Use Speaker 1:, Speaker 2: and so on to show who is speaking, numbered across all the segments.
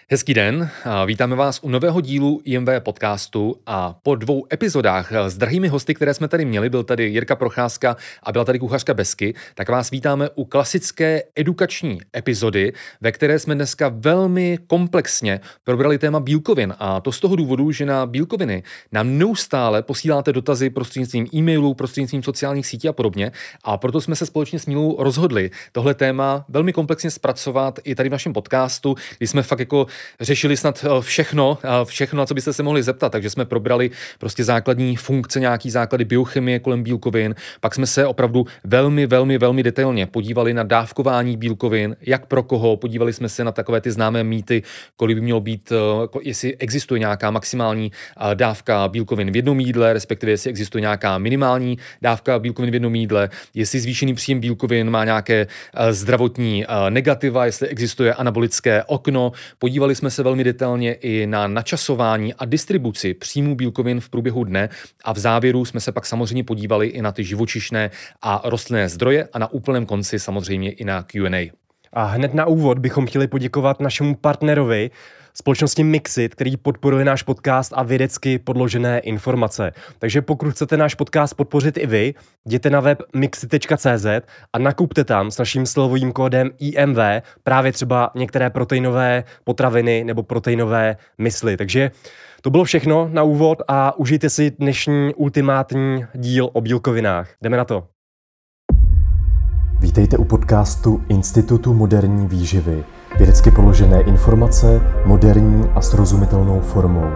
Speaker 1: Hezký den, vítáme vás u nového dílu IMV podcastu a po 2 epizodách s drahými hosty, které jsme tady měli, byl tady Jirka Procházka a byla tady kuchařka Besky, tak vás vítáme u klasické edukační epizody, ve které jsme dneska velmi komplexně probrali téma bílkovin, a to z toho důvodu, že na bílkoviny nám neustále posíláte dotazy prostřednictvím e-mailů, prostřednictvím sociálních sítí a podobně, a proto jsme se společně s Mílou rozhodli tohle téma velmi komplexně zpracovat i tady v našem podcastu, kdy jsme fakt jako řešili snad všechno, na co byste se mohli zeptat, takže jsme probrali prostě základní funkce, nějaký základy biochemie kolem bílkovin, pak jsme se opravdu velmi detailně podívali na dávkování bílkovin, jak pro koho, podívali jsme se na takové ty známé mýty, kolik by mělo být, jestli existuje nějaká maximální dávka bílkovin v jednom jídle, respektive jestli existuje nějaká minimální dávka bílkovin v jednom jídle, jestli zvýšený příjem bílkovin má nějaké zdravotní negativa, jestli existuje anabolické okno. Podívali jsme se velmi detailně i na načasování a distribuci příjmů bílkovin v průběhu dne a v závěru jsme se pak samozřejmě podívali i na ty živočišné a rostlinné zdroje a na úplném konci samozřejmě i na Q&A.
Speaker 2: A hned na úvod bychom chtěli poděkovat našemu partnerovi, společnosti Mixit, který podporuje náš podcast a vědecky podložené informace. Takže pokud chcete náš podcast podpořit i vy, jděte na web mixit.cz a nakupte tam s naším slovovým kódem IMV právě třeba některé proteinové potraviny nebo proteinové mysli. Takže to bylo všechno na úvod a užijte si dnešní ultimátní díl o bílkovinách. Jdeme na to.
Speaker 3: Vítejte u podcastu Institutu moderní výživy. Vědecky podložené informace, moderní a srozumitelnou formou.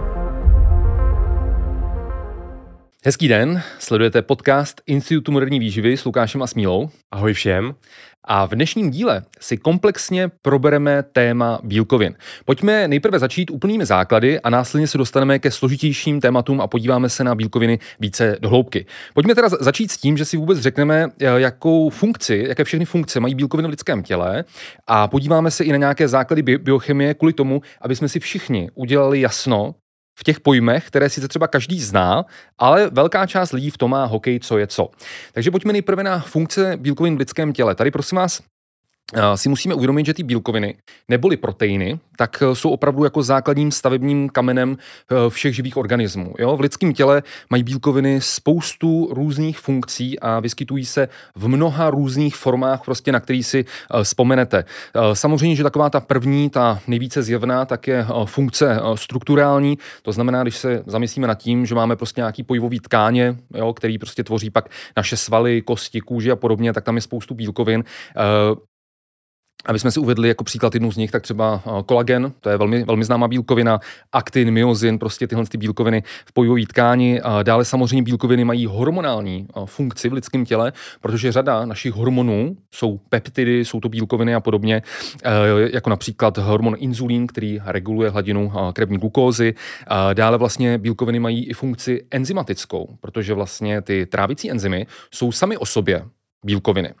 Speaker 1: Hezký den, sledujete podcast Institutu moderní výživy s Lukášem a s Mílou.
Speaker 2: Ahoj všem.
Speaker 1: A v dnešním díle si komplexně probereme téma bílkovin. Pojďme nejprve začít úplnými základy a následně se dostaneme ke složitějším tématům a podíváme se na bílkoviny více do hloubky. Pojďme teda začít s tím, že si vůbec řekneme, jaké všechny funkce mají bílkoviny v lidském těle, a podíváme se i na nějaké základy biochemie kvůli tomu, aby jsme si všichni udělali jasno v těch pojmech, které sice třeba každý zná, ale velká část lidí v tom má hokej, co je co. Takže pojďme nejprve na funkce bílkovin v lidském těle. Tady prosím vás si musíme uvědomit, že ty bílkoviny neboli proteiny, tak jsou opravdu jako základním stavebním kamenem všech živých organismů. Jo? V lidském těle mají bílkoviny spoustu různých funkcí a vyskytují se v mnoha různých formách, prostě na který si vzpomenete. Samozřejmě, že taková ta první, ta nejvíce zjevná, tak je funkce strukturální. To znamená, když se zamyslíme nad tím, že máme prostě nějaký pojivový tkáně, jo, který prostě tvoří pak naše svaly, kosti, kůži a podobně, tak tam je spoustu bílkovin. Aby jsme si uvedli jako příklad jednu z nich, tak třeba kolagen, to je velmi známá bílkovina, aktin, myozin, prostě tyhle ty bílkoviny v pojivové tkáni. Dále samozřejmě bílkoviny mají hormonální funkci v lidském těle, protože řada našich hormonů jsou peptidy, jsou to bílkoviny a podobně, jako například hormon inzulín, který reguluje hladinu krevní glukózy. Dále vlastně bílkoviny mají i funkci enzymatickou, protože vlastně ty trávicí enzymy jsou sami o sobě bílkoviny.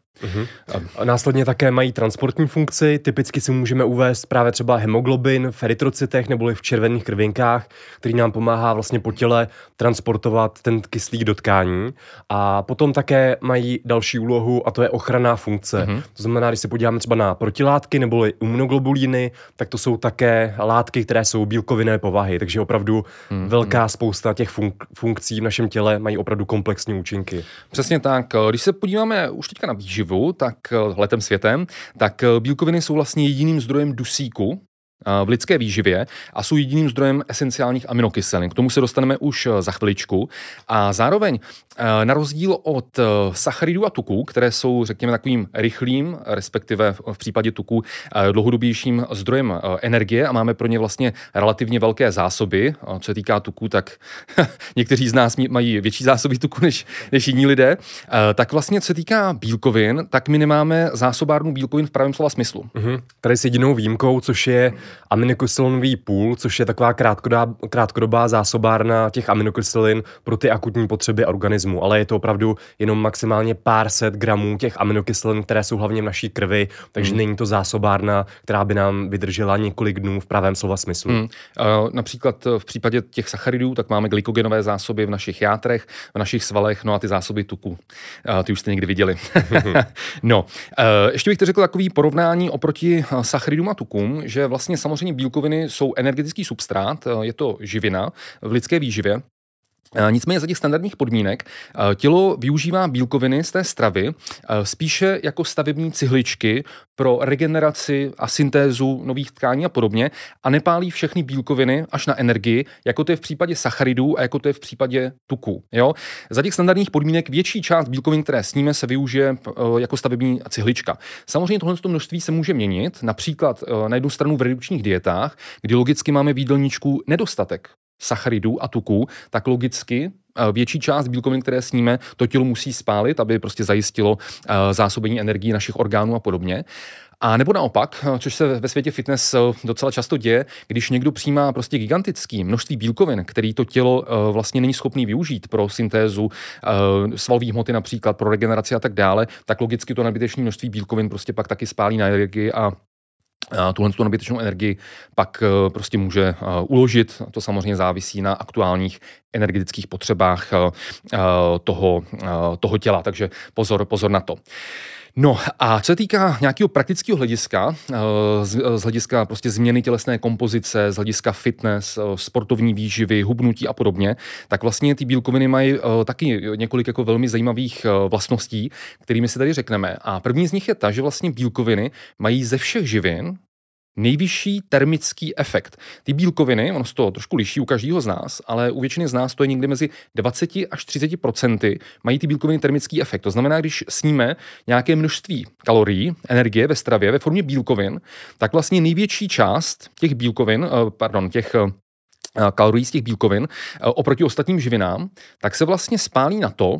Speaker 2: A následně také mají transportní funkci, typicky si můžeme uvést právě třeba hemoglobin v erytrocitech neboli v červených krvinkách, který nám pomáhá vlastně po těle transportovat ten kyslík do tkání. A potom také mají další úlohu, a to je ochranná funkce. To znamená, když se podíváme třeba na protilátky neboli imunoglobulíny, tak to jsou také látky, které jsou bílkovinné povahy, takže opravdu velká spousta těch funkcí v našem těle mají opravdu komplexní účinky.
Speaker 1: Přesně tak. Když se podíváme už teďka na výživu, tak letem světem, tak bílkoviny jsou vlastně jediným zdrojem dusíku v lidské výživě a jsou jediným zdrojem esenciálních aminokyselin. K tomu se dostaneme už za chviličku. A zároveň na rozdíl od sacharidů a tuků, které jsou, řekněme, takovým rychlým, respektive v případě tuků dlouhodobějším zdrojem energie a máme pro ně vlastně relativně velké zásoby. Co se týká tuků, tak někteří z nás mají větší zásoby tuků než jiní lidé. Tak vlastně, co se týká bílkovin, tak my nemáme zásobárnu bílkovin v pravém slova smyslu.
Speaker 2: Tady s jedinou výjimkou, což je aminokyselinový půl, což je taková krátkodobá zásobárna těch aminokyselin pro ty akutní potřeby organismu, ale je to opravdu jenom maximálně pár set gramů těch aminokyselin, které jsou hlavně v naší krvi, takže není to zásobárna, která by nám vydržela několik dnů v pravém slova smyslu.
Speaker 1: Například v případě těch sacharidů, tak máme glykogenové zásoby v našich játrech, v našich svalech, no a ty zásoby tuku. Ty už jste někdy viděli. Ještě bych to řekl takový porovnání oproti sacharidům a tukům, že vlastně samozřejmě bílkoviny jsou energetický substrát, je to živina v lidské výživě. Nicméně za těch standardních podmínek tělo využívá bílkoviny z té stravy spíše jako stavební cihličky pro regeneraci a syntézu nových tkání a podobně a nepálí všechny bílkoviny až na energii, jako to je v případě sacharidů a jako to je v případě tuků. Jo? Za těch standardních podmínek větší část bílkovin, které sníme, se využije jako stavební cihlička. Samozřejmě tohle množství se může měnit, například na jednu stranu v redukčních dietách, kdy logicky máme v jídelníčku nedostatek sacharidů a tuků, tak logicky větší část bílkovin, které sníme, to tělo musí spálit, aby prostě zajistilo zásobení energií našich orgánů a podobně. A nebo naopak, což se ve světě fitness docela často děje, když někdo přijímá prostě gigantický množství bílkovin, který to tělo vlastně není schopný využít pro syntézu svalové hmoty například, pro regeneraci a tak dále, tak logicky to nadbytečné množství bílkovin prostě pak taky spálí na energii a tuhle nadbytečnou energii pak prostě může uložit. To samozřejmě závisí na aktuálních energetických potřebách toho těla, takže pozor na to. No a co se týká nějakého praktického hlediska, z hlediska prostě změny tělesné kompozice, z hlediska fitness, sportovní výživy, hubnutí a podobně, tak vlastně ty bílkoviny mají taky několik jako velmi zajímavých vlastností, kterými si tady řekneme. A první z nich je ta, že vlastně bílkoviny mají ze všech živin nejvyšší termický efekt. Ty bílkoviny, ono se to trošku liší u každého z nás, ale u většiny z nás to je někde mezi 20 až 30%, mají ty bílkoviny termický efekt. To znamená, když sníme nějaké množství kalorií, energie ve stravě ve formě bílkovin, tak vlastně největší část těch bílkovin, těch kalorií z těch bílkovin oproti ostatním živinám, tak se vlastně spálí na to,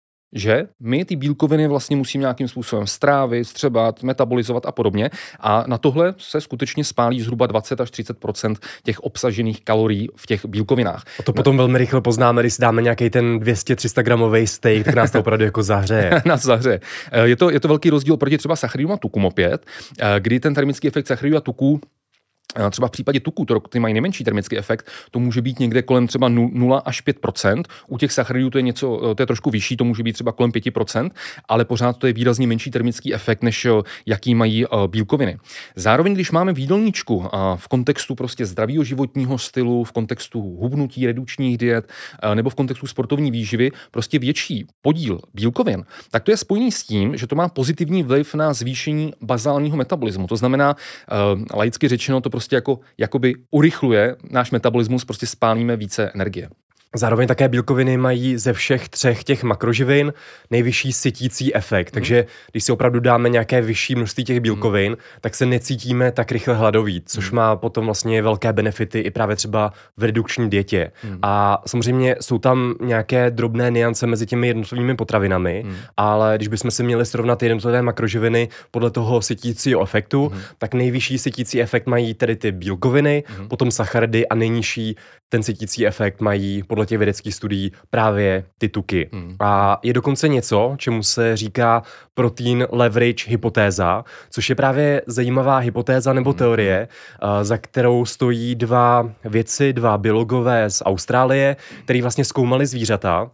Speaker 1: že my ty bílkoviny vlastně musíme nějakým způsobem strávit, střebat, metabolizovat a podobně. A na tohle se skutečně spálí zhruba 20 až 30% těch obsažených kalorií v těch bílkovinách.
Speaker 2: A to potom velmi rychle poznáme, když si dáme nějaký ten 200-300 gramový steak, tak nás to opravdu jako zahřeje.
Speaker 1: Nás zahřeje. Je to velký rozdíl proti třeba sacharidům a tukům opět, kdy ten termický efekt sacharidů a tuků třeba v případě tuků, ty mají nejmenší termický efekt, to může být někde kolem třeba 0 až 5%. U těch sacharidů to je trošku vyšší, to může být třeba kolem 5%, ale pořád to je výrazně menší termický efekt, než jaký mají bílkoviny. Zároveň, když máme v jídelníčku v kontextu prostě zdravého životního stylu, v kontextu hubnutí, redukčních diet nebo v kontextu sportovní výživy, prostě větší podíl bílkovin, tak to je spojený s tím, že to má pozitivní vliv na zvýšení bazálního metabolismu. To znamená, laicky řečeno, to prostě jakoby urychluje náš metabolismus, prostě spálíme více energie.
Speaker 2: Zároveň také bílkoviny mají ze všech třech těch makroživin nejvyšší sytící efekt, takže když si opravdu dáme nějaké vyšší množství těch bílkovin, tak se necítíme tak rychle hladový, což má potom vlastně velké benefity i právě třeba v redukční dietě. A samozřejmě jsou tam nějaké drobné nuance mezi těmi jednotlivými potravinami, ale když bychom si měli srovnat jednotlivé makroživiny podle toho sytícího efektu, tak nejvyšší sytící efekt mají tedy ty bílkoviny, potom sacharidy a nejnižší ten sytící efekt mají podle těch vědeckých studií právě ty tuky. A je dokonce něco, čemu se říká protein leverage hypotéza, což je právě zajímavá hypotéza nebo teorie, za kterou stojí dva biologové z Austrálie, který vlastně zkoumali zvířata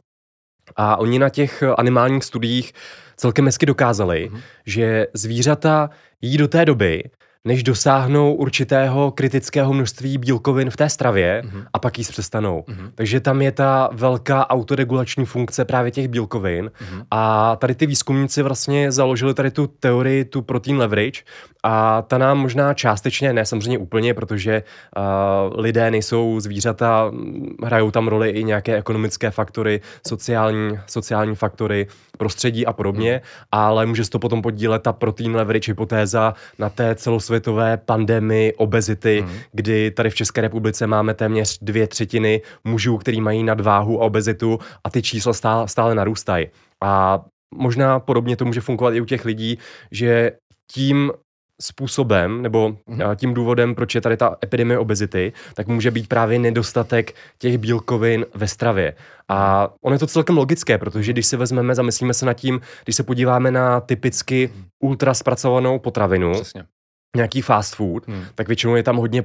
Speaker 2: a oni na těch animálních studiích celkem hezky dokázali, že zvířata jí do té doby, než dosáhnou určitého kritického množství bílkovin v té stravě a pak jí přestanou. Takže tam je ta velká autoregulační funkce právě těch bílkovin a tady ty výzkumníci vlastně založili tady tu teorii, tu protein leverage a ta nám možná částečně, ne samozřejmě úplně, protože lidé nejsou zvířata, hrajou tam roli i nějaké ekonomické faktory, sociální faktory, prostředí a podobně, ale může se to potom podílet ta protein leverage hypotéza na té celosvětové pandemii obezity, kdy tady v České republice máme téměř 2/3 mužů, kteří mají nadváhu a obezitu a ty čísla stále narůstají. A možná podobně to může fungovat i u těch lidí, že tím způsobem nebo tím důvodem, proč je tady ta epidemie obezity, tak může být právě nedostatek těch bílkovin ve stravě. A ono je to celkem logické, protože když si vezmeme, zamyslíme se nad tím, když se podíváme na typicky ultra zpracovanou potravinu,
Speaker 1: přesně,
Speaker 2: nějaký fast food, tak většinou je tam hodně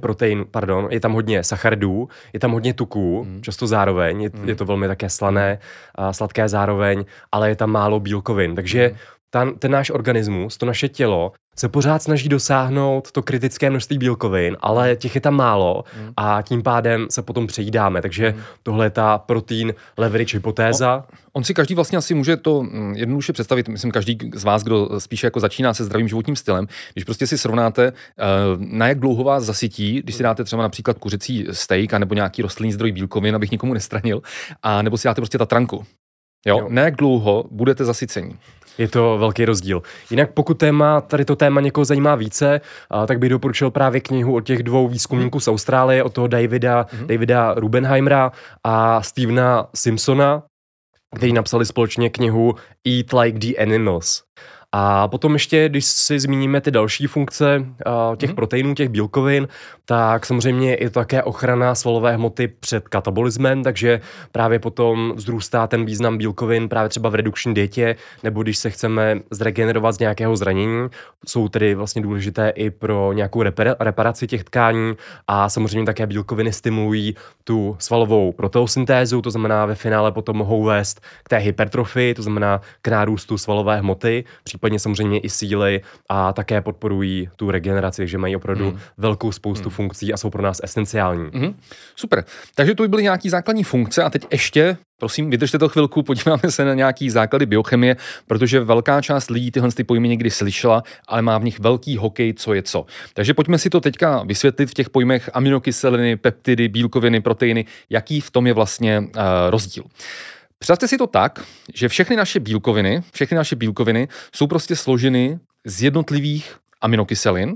Speaker 2: je tam hodně sacharidů, je tam hodně tuků, často zároveň, je to velmi také slané, sladké zároveň, ale je tam málo bílkovin. Takže ten náš organismus, to naše tělo se pořád snaží dosáhnout to kritické množství bílkovin, ale těch je tam málo a tím pádem se potom přejídáme. Takže tohle je ta protein leverage hypotéza.
Speaker 1: On si každý vlastně asi může to jednoduše představit, myslím každý z vás, kdo spíše jako začíná se zdravým životním stylem, když prostě si srovnáte, na jak dlouho vás zasytí, když si dáte třeba například kuřecí steak nebo nějaký rostlinný zdroj bílkovin, abych nikomu nestranil, a nebo si dáte prostě tatranku. Jo? Na jak dlouho budete zasycení?
Speaker 2: Je to velký rozdíl. Jinak pokud tady to téma někoho zajímá více, tak bych doporučil právě knihu od těch dvou výzkumníků z Austrálie, od toho Davida Rubenheimera a Stevena Simpsona, kteří napsali společně knihu Eat Like the Animals. A potom ještě, když si zmíníme ty další funkce těch proteinů, těch bílkovin, tak samozřejmě je to také ochrana svalové hmoty před katabolismem, takže právě potom vzrůstá ten význam bílkovin právě třeba v redukční dietě, nebo když se chceme zregenerovat z nějakého zranění, jsou tedy vlastně důležité i pro nějakou reparaci těch tkání a samozřejmě také bílkoviny stimulují tu svalovou proteosyntézu, to znamená ve finále potom mohou vést k té hypertrofii, to znamená k nárůstu svalové hmoty, případně samozřejmě i síly a také podporují tu regeneraci, takže mají opravdu velkou spoustu funkcí a jsou pro nás esenciální.
Speaker 1: Super. Takže to by byly nějaký základní funkce a teď ještě, prosím, vydržte to chvilku, podíváme se na nějaký základy biochemie, protože velká část lidí tyhle pojmy někdy slyšela, ale má v nich velký hokej, co je co. Takže pojďme si to teďka vysvětlit v těch pojmech aminokyseliny, peptidy, bílkoviny, proteiny, jaký v tom je vlastně rozdíl. Představte si to tak, že všechny naše bílkoviny jsou prostě složeny z jednotlivých aminokyselin,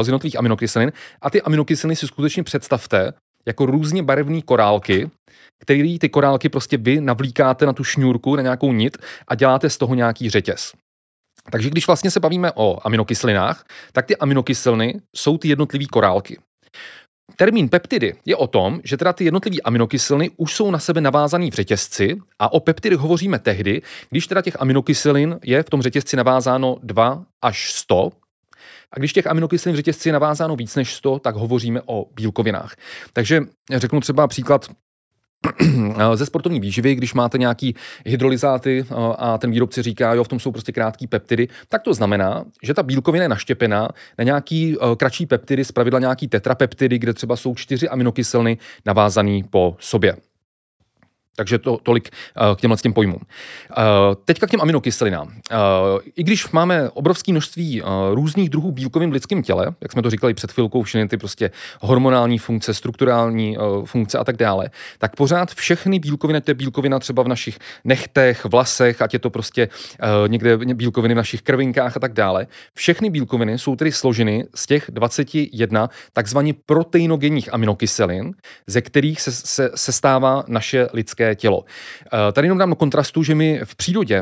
Speaker 1: a ty aminokyseliny si skutečně představte jako různě barevné korálky, které ty korálky prostě vy navlíkáte na tu šňůrku, na nějakou nit a děláte z toho nějaký řetěz. Takže když vlastně se bavíme o aminokyselinách, tak ty aminokyseliny jsou ty jednotlivé korálky. Termín peptidy je o tom, že teda ty jednotlivé aminokyseliny už jsou na sebe navázaný v řetězci a o peptidech hovoříme tehdy, když teda těch aminokyselin je v tom řetězci navázáno 2 až 100. A když těch aminokyselin v řetězci je navázáno víc než 100, tak hovoříme o bílkovinách. Takže řeknu třeba příklad ze sportovní výživy, když máte nějaký hydrolyzáty a ten výrobce říká, jo, v tom jsou prostě krátký peptidy, tak to znamená, že ta bílkovina je naštěpená na nějaký kratší peptidy, zpravidla nějaký tetrapeptidy, kde třeba jsou 4 aminokyseliny navázaný po sobě. Takže tolik k těm pojmům. Teďka k těm aminokyselinám. I když máme obrovské množství různých druhů bílkovin v lidském těle, jak jsme to říkali před chvilkou, všechny ty prostě hormonální funkce, strukturální funkce a tak dále, tak pořád všechny bílkoviny, to je bílkovina třeba v našich nechtech, vlasech, ať je to prostě někde bílkoviny v našich krvinkách a tak dále. Všechny bílkoviny jsou tedy složeny z těch 21 takzvaně proteinogenních aminokyselin, ze kterých se stává naše lidské tělo. Tady jenom dám do kontrastu, že my v přírodě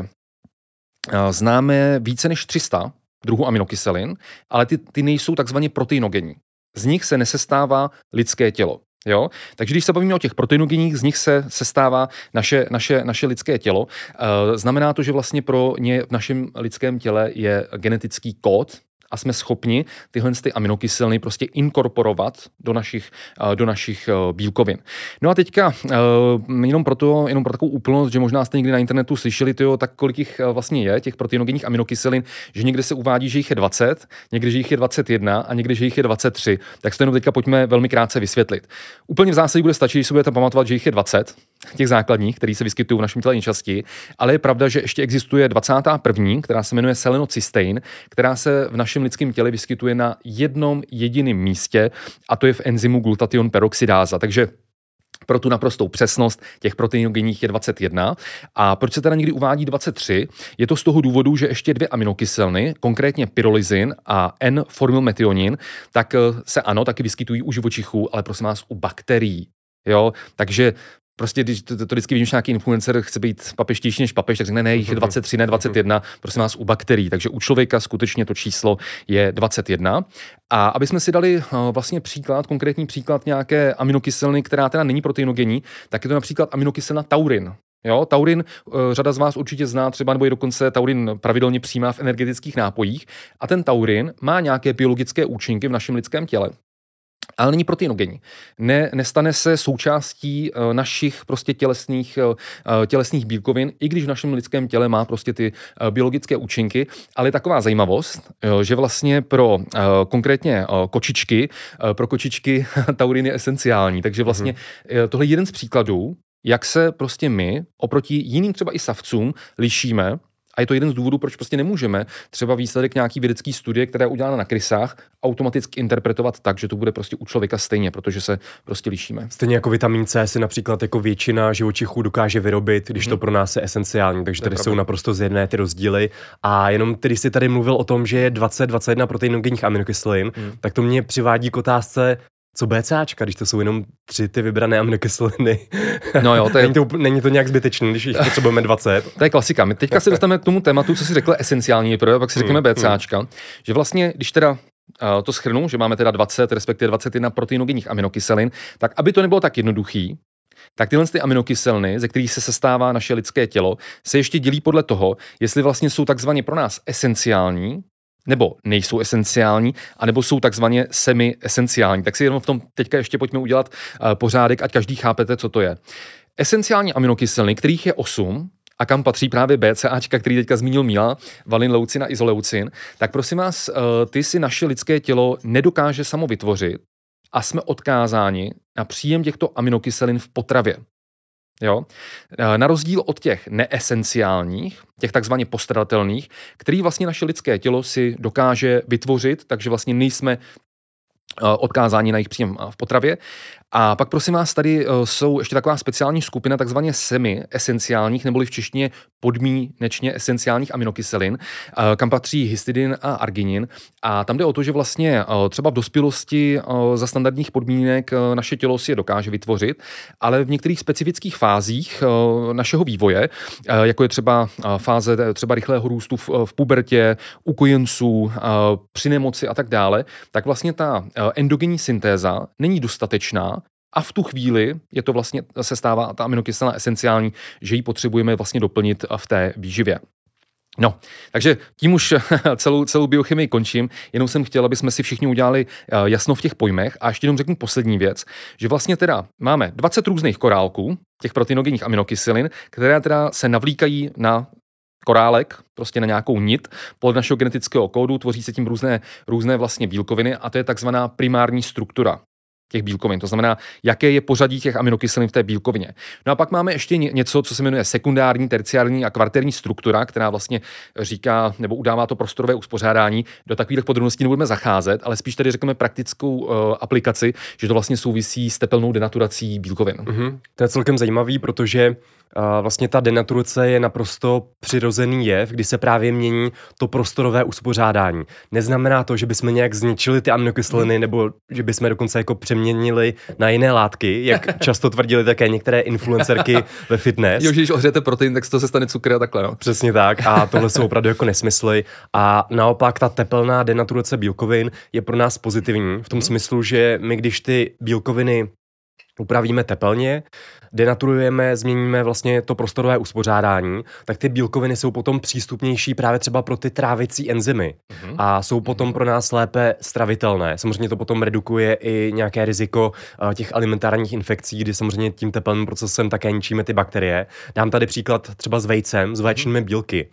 Speaker 1: známe více než 300 druhů aminokyselin, ale ty nejsou takzvaně proteinogenní. Z nich se nesestává lidské tělo. Jo? Takže když se bavíme o těch proteinogenních, z nich se sestává naše lidské tělo. Znamená to, že vlastně pro ně v našem lidském těle je genetický kód, a jsme schopni tyhle aminokyseliny prostě inkorporovat do našich bílkovin. No a teďka jenom pro takovou úplnost, že možná jste někdy na internetu slyšeli, tak kolik jich vlastně je, těch proteinogenních aminokyselin, že někde se uvádí, že jich je 20, někde, že jich je 21 a někde, že jich je 23. Tak se to jenom teďka pojďme velmi krátce vysvětlit. Úplně v zásadě bude stačit, když si budete pamatovat, že jich je 20, těch základních, které se vyskytují v našem těle nejčastěji, ale je pravda, že ještě existuje 21., která se jmenuje selenocystein, která se v našem lidském těle vyskytuje na jednom jediném místě, a to je v enzymu glutation peroxidáza. Takže pro tu naprostou přesnost těch proteinogenních je 21. A proč se teda někdy uvádí 23? Je to z toho důvodu, že ještě 2 aminokyseliny, konkrétně pyrolizin a N-formylmetionin, tak se taky vyskytují u živočichů, ale prosím vás u bakterií. Jo? Takže prostě, když to vždycky vidíš, nějaký influencer chce být papeštější než papež, tak řekne, ne, jich je 23, ne 21, prosím vás, u bakterií. Takže u člověka skutečně to číslo je 21. A aby jsme si dali vlastně konkrétní příklad nějaké aminokyseliny, která teda není proteinogenní, tak je to například aminokyselina taurin. Jo, taurin řada z vás určitě zná třeba, nebo i dokonce taurin pravidelně přijímá v energetických nápojích. A ten taurin má nějaké biologické účinky v našem lidském těle. ale není proteinogenní. Nestane se součástí našich prostě tělesných bílkovin, i když v našem lidském těle má prostě ty biologické účinky, ale je taková zajímavost, že vlastně pro konkrétně kočičky, taurin je esenciální, takže vlastně tohle je jeden z příkladů, jak se prostě my oproti jiným třeba i savcům lišíme. A je to jeden z důvodů, proč prostě nemůžeme třeba výsledek nějaký vědecký studie, která je udělána na krysách, automaticky interpretovat tak, že to bude prostě u člověka stejně, protože se prostě lišíme.
Speaker 2: Stejně jako vitamin C si například jako většina živočichů dokáže vyrobit, když to pro nás je esenciální, takže tady jsou naprosto zjevné ty rozdíly. A jenom když jsi tady mluvil o tom, že je 21 proteinogenních aminokyselin, tak to mě přivádí k otázce, co BCAčka, když to jsou jenom 3 ty vybrané aminokyseliny.
Speaker 1: No jo,
Speaker 2: není to nějak zbytečné, když jich potřebujeme 20.
Speaker 1: To je klasika. My teďka se dostaneme k tomu tématu, co si řekl esenciální, pak si řekneme BCAčka, že vlastně, když teda to shrnu, že máme teda 20, respektive 21 proteinogenních aminokyselin, tak aby to nebylo tak jednoduchý, tak tyhle ty aminokyseliny, ze kterých se sestává naše lidské tělo, se ještě dělí podle toho, jestli vlastně jsou takzvaně pro nás esenciální, nebo nejsou esenciální, anebo jsou takzvaně semi-esenciální. Tak si jenom v tom teďka ještě pojďme udělat pořádek, ať každý chápete, co to je. Esenciální aminokyseliny, kterých je 8, a kam patří právě BCAčka, který teďka zmínil Míla, valin, leucin a izoleucin, tak prosím vás, ty si naše lidské tělo nedokáže samo vytvořit a jsme odkázáni na příjem těchto aminokyselin v potravě. Jo? Na rozdíl od těch neesenciálních, těch takzvaně postradatelných, který vlastně naše lidské tělo si dokáže vytvořit, takže vlastně nejsme odkázáni na jejich příjem v potravě. A pak prosím vás, tady jsou ještě taková speciální skupina takzvaně semi-esenciálních, neboli v češtině podmínečně esenciálních aminokyselin, kam patří histidin a arginin. A tam jde o to, že vlastně třeba v dospělosti za standardních podmínek naše tělo si je dokáže vytvořit, ale v některých specifických fázích našeho vývoje, jako je třeba fáze třeba rychlého růstu v pubertě, u kojenců, při nemoci a tak dále, tak vlastně ta endogenní syntéza není dostatečná. A v tu chvíli je to vlastně, se stává ta aminokyselina esenciální, že ji potřebujeme vlastně doplnit v té výživě. No, takže tím už celou biochemii končím, jenom jsem chtěl, aby jsme si všichni udělali jasno v těch pojmech a ještě jenom řeknu poslední věc, že vlastně teda máme 20 různých korálků, těch proteinogenních aminokyselin, které teda se navlíkají na korálek, prostě na nějakou nit podle našeho genetického kódu, tvoří se tím různé vlastně bílkoviny a to je takzvaná primární struktura těch bílkovin. To znamená, jaké je pořadí těch aminokyselin v té bílkovině. No a pak máme ještě něco, co se jmenuje sekundární, terciární a kvartérní struktura, která vlastně říká nebo udává to prostorové uspořádání. Do takových podrobností nebudeme zacházet, ale spíš tady řekneme praktickou aplikaci, že to vlastně souvisí s tepelnou denaturací bílkovin.
Speaker 2: To je celkem zajímavý, protože vlastně ta denaturace je naprosto přirozený jev, kdy se právě mění to prostorové uspořádání. Neznamená to, že bychom nějak zničili ty aminokyseliny nebo že bychom dokonce jako přeměnili na jiné látky, jak často tvrdili také některé influencerky ve fitness.
Speaker 1: Jo, že když ohřejete protein, tak to se stane cukr a takhle, no.
Speaker 2: Přesně tak a tohle jsou opravdu jako nesmysly a naopak ta tepelná denaturace bílkovin je pro nás pozitivní v tom smyslu, že my když ty bílkoviny upravíme tepelně, denaturujeme, změníme vlastně to prostorové uspořádání, tak ty bílkoviny jsou potom přístupnější právě třeba pro ty trávicí enzymy a jsou potom pro nás lépe stravitelné. Samozřejmě to potom redukuje i nějaké riziko těch alimentárních infekcí, kdy samozřejmě tím tepelným procesem také ničíme ty bakterie. Dám tady příklad třeba s vejcem, s vaječnými bílky.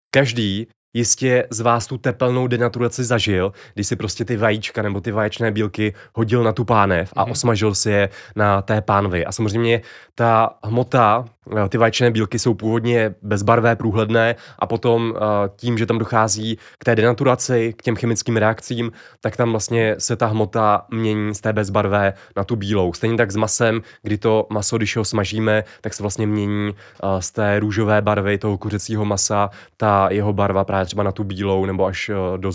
Speaker 2: Každý jistě z vás tu tepelnou denaturaci zažil, když si prostě ty vajíčka nebo ty vaječné bílky hodil na tu pánev a osmažil si je na té pánvi. A samozřejmě ta hmota, ty vaječné bílky jsou původně bezbarvé, průhledné a potom tím, že tam dochází k té denaturaci, k těm chemickým reakcím, tak tam vlastně se ta hmota mění z té bezbarvé na tu bílou. Stejně tak s masem, kdy to maso, když ho smažíme, tak se vlastně mění z té růžové barvy toho kuřecího masa, ta jeho barva právě třeba na tu bílou nebo až do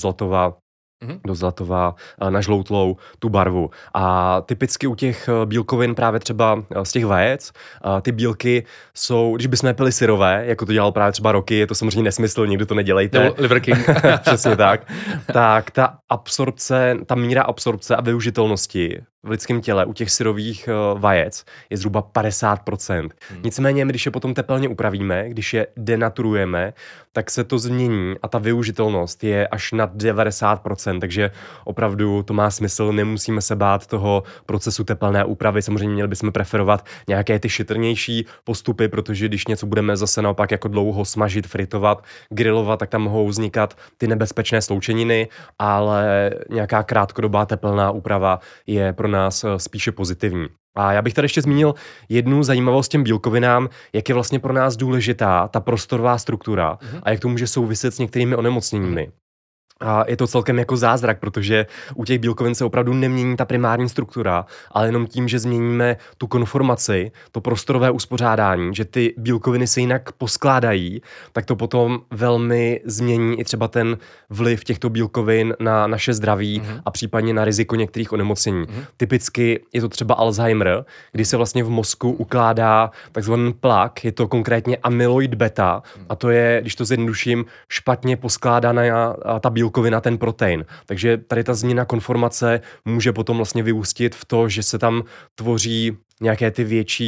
Speaker 2: zlatová, na žloutlou tu barvu. A typicky u těch bílkovin právě třeba z těch vajec, ty bílky jsou, když bychom pili syrové, jako to dělal právě třeba Rocky, je to samozřejmě nesmysl, nikdy to nedělejte.
Speaker 1: No, Liver King.
Speaker 2: Přesně tak. Tak ta absorpce, ta míra absorpce a využitelnosti v lidském těle u těch syrových vajec je zhruba 50%. Nicméně, my, když je potom tepelně upravíme, když je denaturujeme, tak se to změní a ta využitelnost je až na 90%, takže opravdu to má smysl, nemusíme se bát toho procesu tepelné úpravy, samozřejmě měli bychom preferovat nějaké ty šetrnější postupy, protože když něco budeme zase naopak jako dlouho smažit, fritovat, grilovat, tak tam mohou vznikat ty nebezpečné sloučeniny, ale nějaká krátkodobá tepelná úprava je pro nás spíše pozitivní. A já bych tady ještě zmínil jednu zajímavost těm bílkovinám, jak je vlastně pro nás důležitá ta prostorová struktura a jak to může souviset s některými onemocněními. A je to celkem jako zázrak, protože u těch bílkovin se opravdu nemění ta primární struktura, ale jenom tím, že změníme tu konformaci, to prostorové uspořádání, že ty bílkoviny se jinak poskládají, tak to potom velmi změní i třeba ten vliv těchto bílkovin na naše zdraví a případně na riziko některých onemocnění. Typicky je to třeba Alzheimer, kdy se vlastně v mozku ukládá takzvaný plak, je to konkrétně amyloid beta a to je, když to zjednoduším, špatně poskládaná ta bílkovina, ten protein. Takže tady ta změna konformace může potom vlastně vyústit v to, že se tam tvoří nějaké ty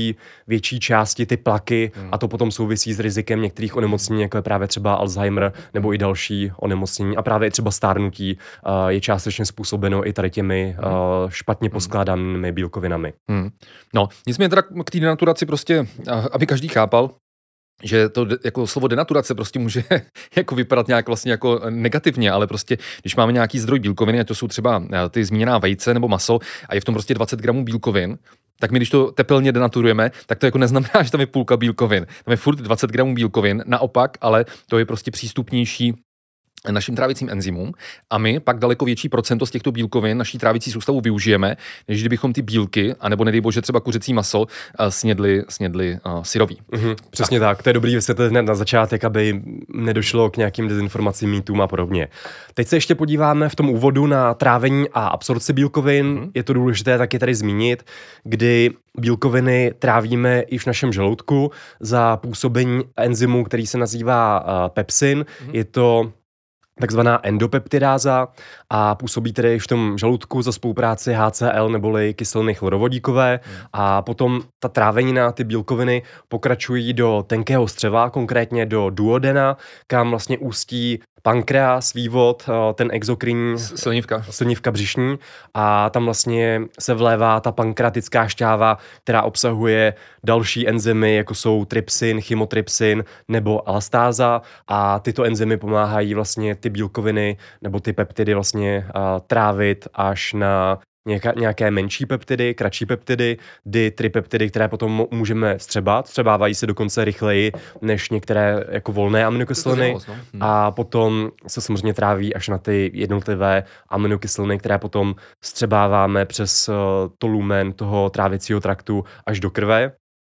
Speaker 2: větší části, ty plaky a to potom souvisí s rizikem některých onemocnění, jako je právě třeba Alzheimer nebo i další onemocnění a právě třeba stárnutí je částečně způsobeno i tady těmi špatně poskládanými bílkovinami.
Speaker 1: No, nicméně teda k té denaturaci prostě, aby každý chápal, že to jako slovo denaturace prostě může jako vypadat nějak vlastně jako negativně, ale prostě když máme nějaký zdroj bílkoviny, a to jsou třeba ty zmíněná vejce nebo maso a je v tom prostě 20 gramů bílkovin, tak my když to tepelně denaturujeme, tak to jako neznamená, že tam je půlka bílkovin. Tam je furt 20 gramů bílkovin, naopak, ale to je prostě přístupnější našim trávicím enzymům a my pak daleko větší procento z těchto bílkovin naší trávicí soustavu využijeme, než kdybychom ty bílky, anebo nedej bože třeba kuřecí maso, snědli syrový.
Speaker 2: Přesně tak, to je dobrý vysvětlit hned na začátek, aby nedošlo k nějakým dezinformacím, mýtům a podobně. Teď se ještě podíváme v tom úvodu na trávení a absorpci bílkovin. Je to důležité taky tady zmínit, kdy bílkoviny trávíme i v našem žaludku za působení enzymu, který se nazývá pepsin. Je to takzvaná endopeptidáza a působí tedy v tom žaludku za spolupráci HCl neboli kyseliny chlorovodíkové a potom ta trávenina, ty bílkoviny pokračují do tenkého střeva, konkrétně do duodena, kam vlastně ústí pankreas, vývod, ten exokrinní slinivka břišní a tam vlastně se vlévá ta pankreatická šťáva, která obsahuje další enzymy, jako jsou trypsin, chymotrypsin nebo alastáza a tyto enzymy pomáhají vlastně ty bílkoviny nebo ty peptidy vlastně trávit až na nějaké menší peptidy, kratší peptidy, tripeptidy, které potom můžeme vstřebat. Vstřebávají se dokonce rychleji než některé jako volné aminokyseliny a potom se samozřejmě tráví až na ty jednotlivé aminokyseliny, které potom vstřebáváme přes to lumen toho trávicího traktu až do krve.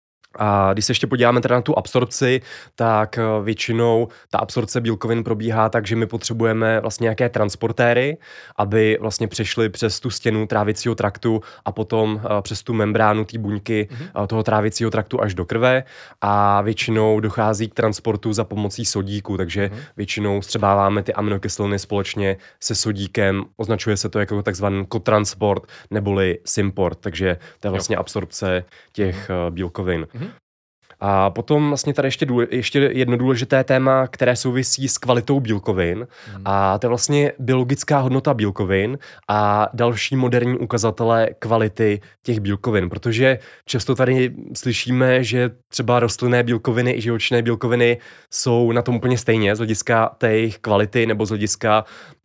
Speaker 2: A když se ještě podíváme teda na tu absorpci, tak většinou ta absorpce bílkovin probíhá tak, že my potřebujeme vlastně nějaké transportéry, aby vlastně přešly přes tu stěnu trávicího traktu a potom přes tu membránu té buňky toho trávicího traktu až do krve a většinou dochází k transportu za pomocí sodíku, takže většinou vstřebáváme ty aminokyseliny společně se sodíkem, označuje se to jako takzvaný kotransport neboli symport, takže to je vlastně absorpce těch bílkovin. A potom vlastně tady ještě jedno důležité téma, které souvisí s kvalitou bílkovin a to je vlastně biologická hodnota bílkovin a další moderní ukazatele kvality těch bílkovin, protože často tady slyšíme, že třeba rostlinné bílkoviny i živočišné bílkoviny jsou na tom úplně stejně z hlediska té jejich kvality nebo z hlediska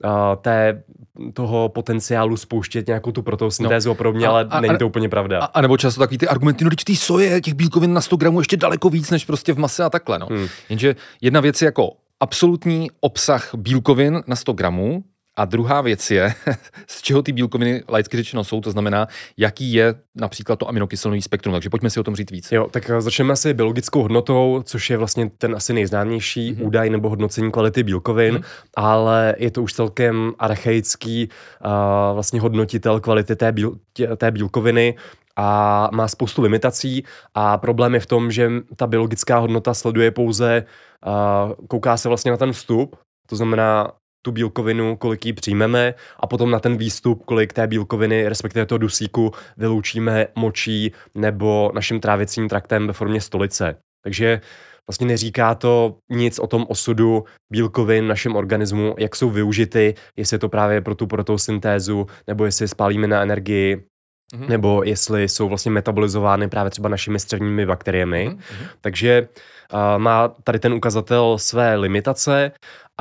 Speaker 2: toho potenciálu spouštět nějakou tu protosyntézu a podobně, ale není to úplně pravda.
Speaker 1: A nebo často takový ty argumenty, no když ty soje, těch bílkovin na 100 gramů ještě daleko víc, než prostě v mase a takhle, no. Jenže jedna věc je jako absolutní obsah bílkovin na 100 gramů a druhá věc je, z čeho ty bílkoviny laicky řečeno jsou, to znamená, jaký je například to aminokyselný spektrum, takže pojďme si o tom říct víc.
Speaker 2: Jo, tak začneme asi biologickou hodnotou, což je vlastně ten asi nejznámější údaj nebo hodnocení kvality bílkovin, ale je to už celkem archaický vlastně hodnotitel kvality té bílkoviny a má spoustu limitací a problém je v tom, že ta biologická hodnota sleduje pouze, kouká se vlastně na ten vstup, to znamená tu bílkovinu, kolik ji přijmeme a potom na ten výstup, kolik té bílkoviny, respektive toho dusíku, vyloučíme močí nebo naším trávicím traktem ve formě stolice. Takže vlastně neříká to nic o tom osudu bílkovin v našem organismu, jak jsou využity, jestli je to právě pro tu protosyntézu, nebo jestli spálíme na energii, nebo jestli jsou vlastně metabolizovány právě třeba našimi střevními bakteriemi. Takže má tady ten ukazatel své limitace,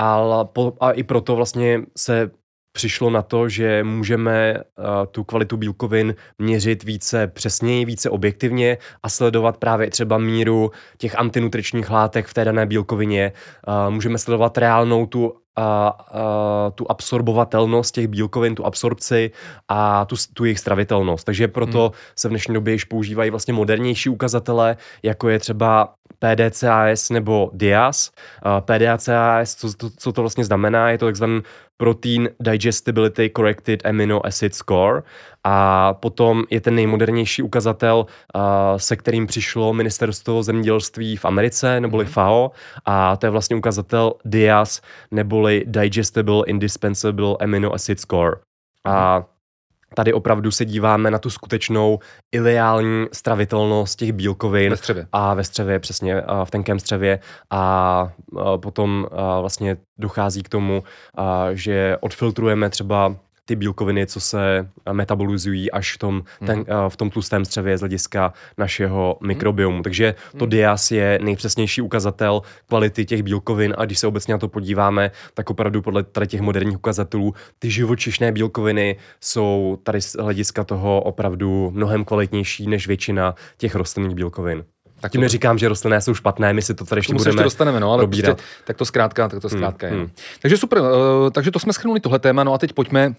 Speaker 2: a i proto vlastně se přišlo na to, že můžeme tu kvalitu bílkovin měřit více přesněji, více objektivně a sledovat právě třeba míru těch antinutričních látek v té dané bílkovině. Můžeme sledovat reálnou tu absorbovatelnost těch bílkovin, tu absorpci a tu jejich stravitelnost. Takže proto se v dnešní době již používají vlastně modernější ukazatele, jako je třeba PDCAS nebo DIAS. PDCAS, co to vlastně znamená, je to takzvaný Protein Digestibility Corrected Amino Acid Score a potom je ten nejmodernější ukazatel, se kterým přišlo Ministerstvo zemědělství v Americe, neboli FAO, a to je vlastně ukazatel DIAS, neboli Digestible Indispensable Amino Acid Score. A tady opravdu se díváme na tu skutečnou ideální stravitelnost těch bílkovin ve střevě, přesně v tenkém střevě a potom vlastně dochází k tomu, že odfiltrujeme třeba ty bílkoviny, co se metabolizují až v tom tlustém střevě z hlediska našeho mikrobiomu. Takže to DIAS je nejpřesnější ukazatel kvality těch bílkovin a když se obecně na to podíváme, tak opravdu podle tady těch moderních ukazatelů ty živočišné bílkoviny jsou tady z hlediska toho opravdu mnohem kvalitnější než většina těch rostlinných bílkovin. Tak tím neříkám, že rostlinné jsou špatné, my si to tady ještě budeme
Speaker 1: dostaneme, no, ale
Speaker 2: probírat.
Speaker 1: Prostě, tak to zkrátka je. Takže super, takže to jsme shrnuli tohle téma, no a teď pojďme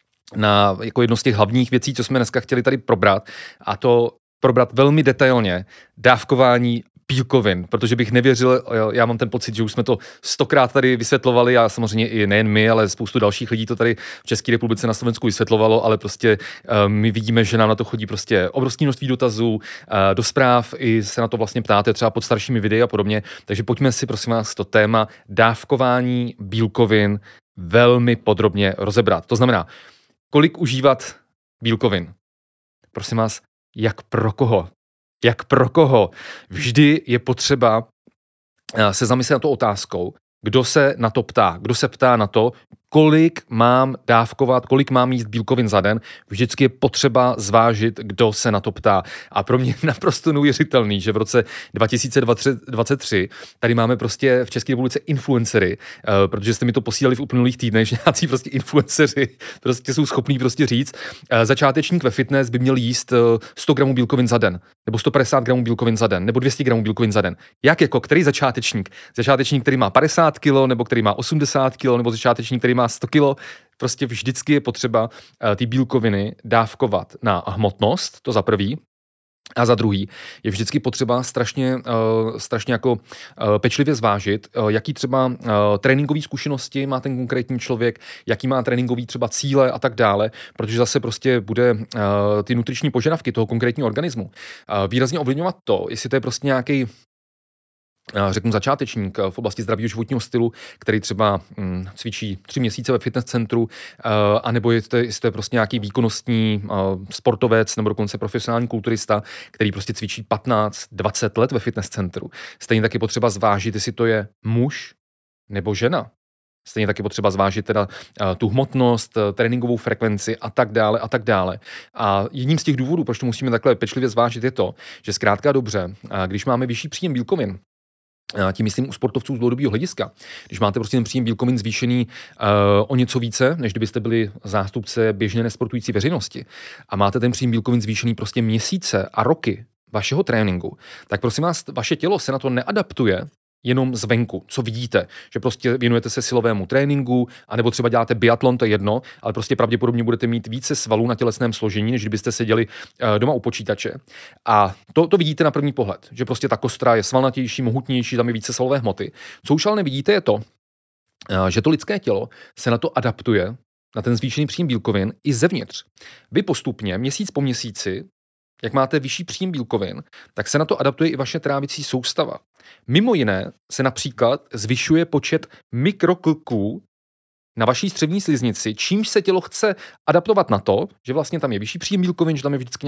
Speaker 1: na jako jedno z těch hlavních věcí, co jsme dneska chtěli tady probrat, a to probrat velmi detailně dávkování bílkovin, protože bych nevěřil, já mám ten pocit, že už jsme to 100krát tady vysvětlovali a samozřejmě i nejen my, ale spoustu dalších lidí to tady v České republice, na Slovensku vysvětlovalo, ale prostě my vidíme, že nám na to chodí prostě obrovské množství dotazů, do zpráv, i se na to vlastně ptáte třeba pod staršími videi a podobně, takže pojďme si prosím vás to téma dávkování bílkovin velmi podrobně rozebrat. To znamená, kolik užívat bílkovin? Prosím vás, jak pro koho? Jak pro koho? Vždy je potřeba se zamyslet na to otázkou, kdo se na to ptá. Kdo se ptá na to, kolik mám dávkovat, kolik mám jíst bílkovin za den. Vždycky je potřeba zvážit, kdo se na to ptá. A pro mě je naprosto neuvěřitelný, že v roce 2023 tady máme prostě v České republice influencery, protože jste mi to posílali v uplynulých týdnech, že nějací prostě influenceři prostě jsou schopní prostě říct, začátečník ve fitness by měl jíst 100 gramů bílkovin za den, nebo 150 gramů bílkovin za den, nebo 200 gramů bílkovin za den. Jak jako, který začátečník? Začátečník, který má 50 kg, nebo který má 80 kg, nebo začátečník, který má 100 kg, prostě vždycky je potřeba ty bílkoviny dávkovat na hmotnost, to za prvý. A za druhý je vždycky potřeba strašně jako pečlivě zvážit, jaký třeba tréninkové zkušenosti má ten konkrétní člověk, jaký má tréninkový třeba cíle a tak dále, protože zase prostě bude ty nutriční požadavky toho konkrétního organismu výrazně ovlivňovat to, jestli to je prostě nějaký, řeknu, začátečník v oblasti zdravého životního stylu, který třeba cvičí 3 měsíce ve fitness centru, anebo jestli to je prostě nějaký výkonnostní sportovec nebo dokonce profesionální kulturista, který prostě cvičí 15-20 let ve fitness centru. Stejně taky potřeba zvážit, jestli to je muž nebo žena. Stejně taky potřeba zvážit teda tu hmotnost, tréninkovou frekvenci a tak dále a tak dále. A jedním z těch důvodů, proč to musíme takhle pečlivě zvážit, je to, že zkrátka dobře, když máme vyšší příjem bílkovin, tím myslím u sportovců z dlouhodobého hlediska. Když máte prostě ten příjem bílkovin zvýšený o něco více, než kdybyste byli zástupce běžně nesportující veřejnosti a máte ten příjem bílkovin zvýšený prostě měsíce a roky vašeho tréninku, tak prosím vás, vaše tělo se na to neadaptuje jenom zvenku, co vidíte, že prostě věnujete se silovému tréninku, anebo třeba děláte biatlon, to je jedno, ale prostě pravděpodobně budete mít více svalů na tělesném složení, než kdybyste seděli doma u počítače. A to vidíte na první pohled, že prostě ta kostra je svalnatější, mohutnější, tam je více svalové hmoty. Co už ale nevidíte, je to, že to lidské tělo se na to adaptuje, na ten zvýšený příjem bílkovin i zevnitř. Vy postupně, měsíc po měsíci, jak máte vyšší příjem bílkovin, tak se na to adaptuje i vaše trávicí soustava. Mimo jiné se například zvyšuje počet mikroklků na vaší střevní sliznici, čímž se tělo chce adaptovat na to, že vlastně tam je vyšší příjem bílkovin, že tam je vždycky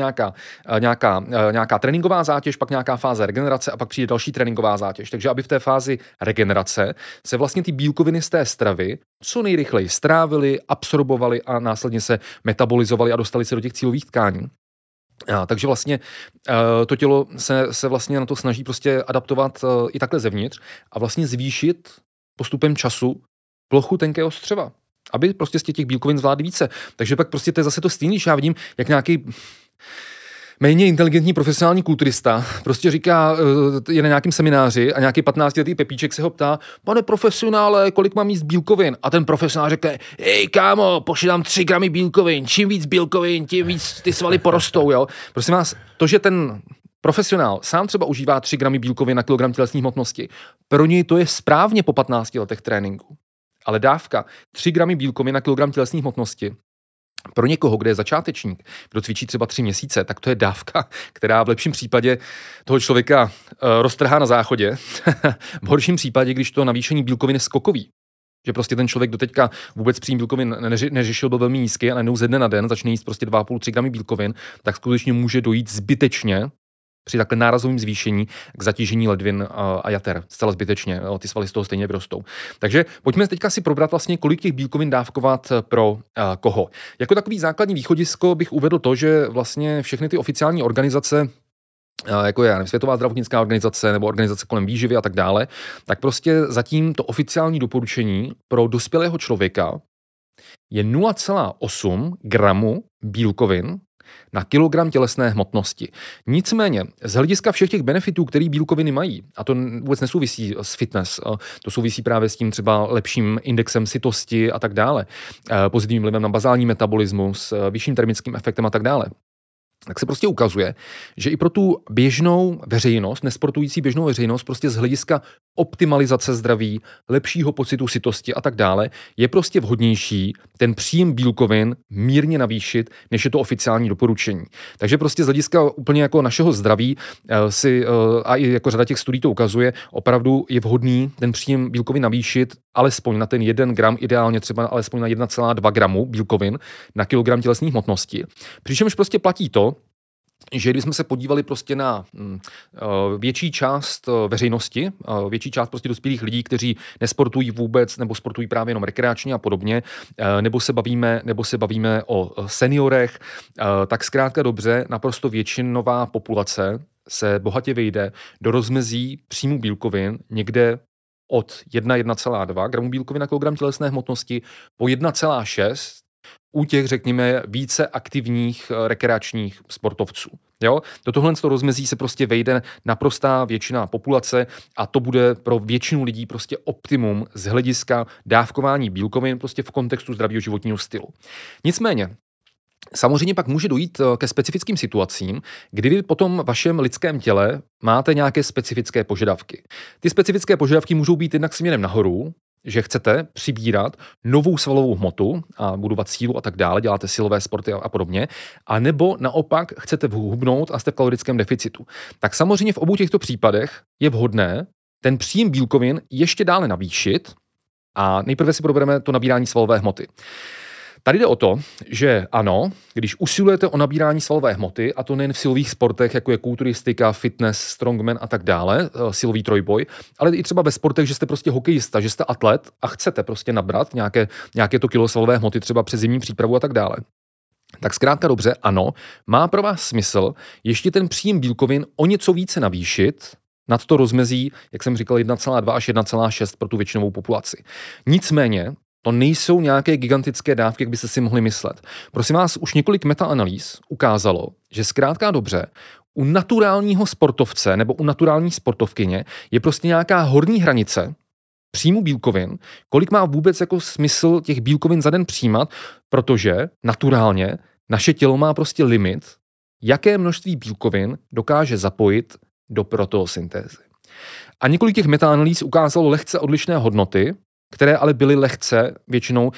Speaker 1: nějaká tréninková zátěž, pak nějaká fáze regenerace a pak přijde další tréninková zátěž. Takže aby v té fázi regenerace se vlastně ty bílkoviny z té stravy co nejrychleji strávily, absorbovaly a následně se metabolizovaly a dostaly se do těch cílových tkání. Takže vlastně to tělo se vlastně na to snaží prostě adaptovat i takhle zevnitř a vlastně zvýšit postupem času plochu tenkého střeva, aby prostě z těch bílkovin zvládli více. Takže pak prostě to je zase to stejný, že já vidím, jak nějaký méně inteligentní profesionální kulturista prostě říká, je na nějakém semináři a nějaký 15letý Pepíček se ho ptá, pane profesionále, kolik mám jíst bílkovin? A ten profesionál řekne, hej kámo, pošli tam 3 gramy bílkovin, čím víc bílkovin, tím víc ty svaly porostou, jo. Prosím vás, to, že ten profesionál sám třeba užívá 3 gramy bílkovin na kilogram tělesní hmotnosti, pro něj to je správně po 15 letech tréninku. Ale dávka 3 gramy bílkovin na kilogram tělesní hmotnosti pro někoho, kde je začátečník, kdo cvičí třeba 3 měsíce, tak to je dávka, která v lepším případě toho člověka roztrhá na záchodě. V horším případě, když to navýšení bílkovin je skokový, že prostě ten člověk doteďka vůbec příjem bílkovin neřešil, byl velmi nízký a najednou ze dne na den začne jíst prostě 2,5-3 gramy bílkovin, tak skutečně může dojít zbytečně při takhle nárazovém zvýšení k zatížení ledvin a jater. Zcela zbytečně, ty svaly z toho stejně vyrostou. Takže pojďme teďka si probrat vlastně, kolik těch bílkovin dávkovat pro koho. Jako takový základní východisko bych uvedl to, že vlastně všechny ty oficiální organizace, jako je Světová zdravotnická organizace nebo organizace kolem výživy a tak dále, tak prostě zatím to oficiální doporučení pro dospělého člověka je 0,8 gramu bílkovin na kilogram tělesné hmotnosti. Nicméně, z hlediska všech těch benefitů, který bílkoviny mají, a to vůbec nesouvisí s fitness, to souvisí právě s tím třeba lepším indexem sytosti a tak dále, pozitivním vlivem na bazální metabolismus, vyšším termickým efektem a tak dále, tak se prostě ukazuje, že i pro tu běžnou veřejnost, nesportující běžnou veřejnost, prostě z hlediska optimalizace zdraví, lepšího pocitu sytosti a tak dále, je prostě vhodnější ten příjem bílkovin mírně navýšit, než je to oficiální doporučení. Takže prostě z hlediska úplně jako našeho zdraví a i jako řada těch studií to ukazuje, opravdu je vhodný ten příjem bílkovin navýšit alespoň na ten 1 gram, ideálně třeba alespoň na 1,2 gramu bílkovin na kilogram tělesní hmotnosti. Přičemž prostě platí to, že když jsme se podívali prostě na větší část veřejnosti, větší část prostě dospělých lidí, kteří nesportují vůbec nebo sportují právě jenom rekreačně a podobně, nebo se bavíme o seniorech, tak zkrátka dobře, naprosto většinová populace se bohatě vejde do rozmezí příjmu bílkovin někde od 1,2 gramu bílkovin na kilogram tělesné hmotnosti po 1,6 u těch, řekněme, více aktivních rekreačních sportovců. Jo? Do tohle rozmezí se prostě vejde naprostá většina populace a to bude pro většinu lidí prostě optimum z hlediska dávkování bílkovin prostě v kontextu zdravého životního stylu. Nicméně, samozřejmě pak může dojít ke specifickým situacím, kdy vy potom vašem lidském těle máte nějaké specifické požadavky. Ty specifické požadavky můžou být jednak směrem nahoru, že chcete přibírat novou svalovou hmotu a budovat sílu a tak dále, děláte silové sporty a podobně, a nebo naopak chcete hubnout a jste v kalorickém deficitu. Tak samozřejmě v obou těchto případech je vhodné ten příjem bílkovin ještě dále navýšit a nejprve si probereme to nabírání svalové hmoty. Tady jde o to, že ano, když usilujete o nabírání svalové hmoty, a to nejen v silových sportech, jako je kulturistika, fitness, strongman a tak dále, silový trojboj, ale i třeba ve sportech, že jste prostě hokejista, že jste atlet a chcete prostě nabrat nějaké to kilo svalové hmoty třeba přes zimní přípravu a tak dále. Tak zkrátka dobře, ano, má pro vás smysl ještě ten příjem bílkovin o něco více navýšit nad to rozmezí, jak jsem říkal, 1,2 až 1,6 pro tu většinovou populaci. Nicméně, to nejsou nějaké gigantické dávky, jak byste si mohli myslet. Prosím vás, už několik metaanalýz ukázalo, že zkrátka dobře, u naturálního sportovce nebo u naturální sportovkyně je prostě nějaká horní hranice příjmu bílkovin, kolik má vůbec jako smysl těch bílkovin za den přijímat, protože naturálně naše tělo má prostě limit, jaké množství bílkovin dokáže zapojit do proteosyntézy. A několik těch metaanalýz ukázalo lehce odlišné hodnoty, které ale byly lehce většinou,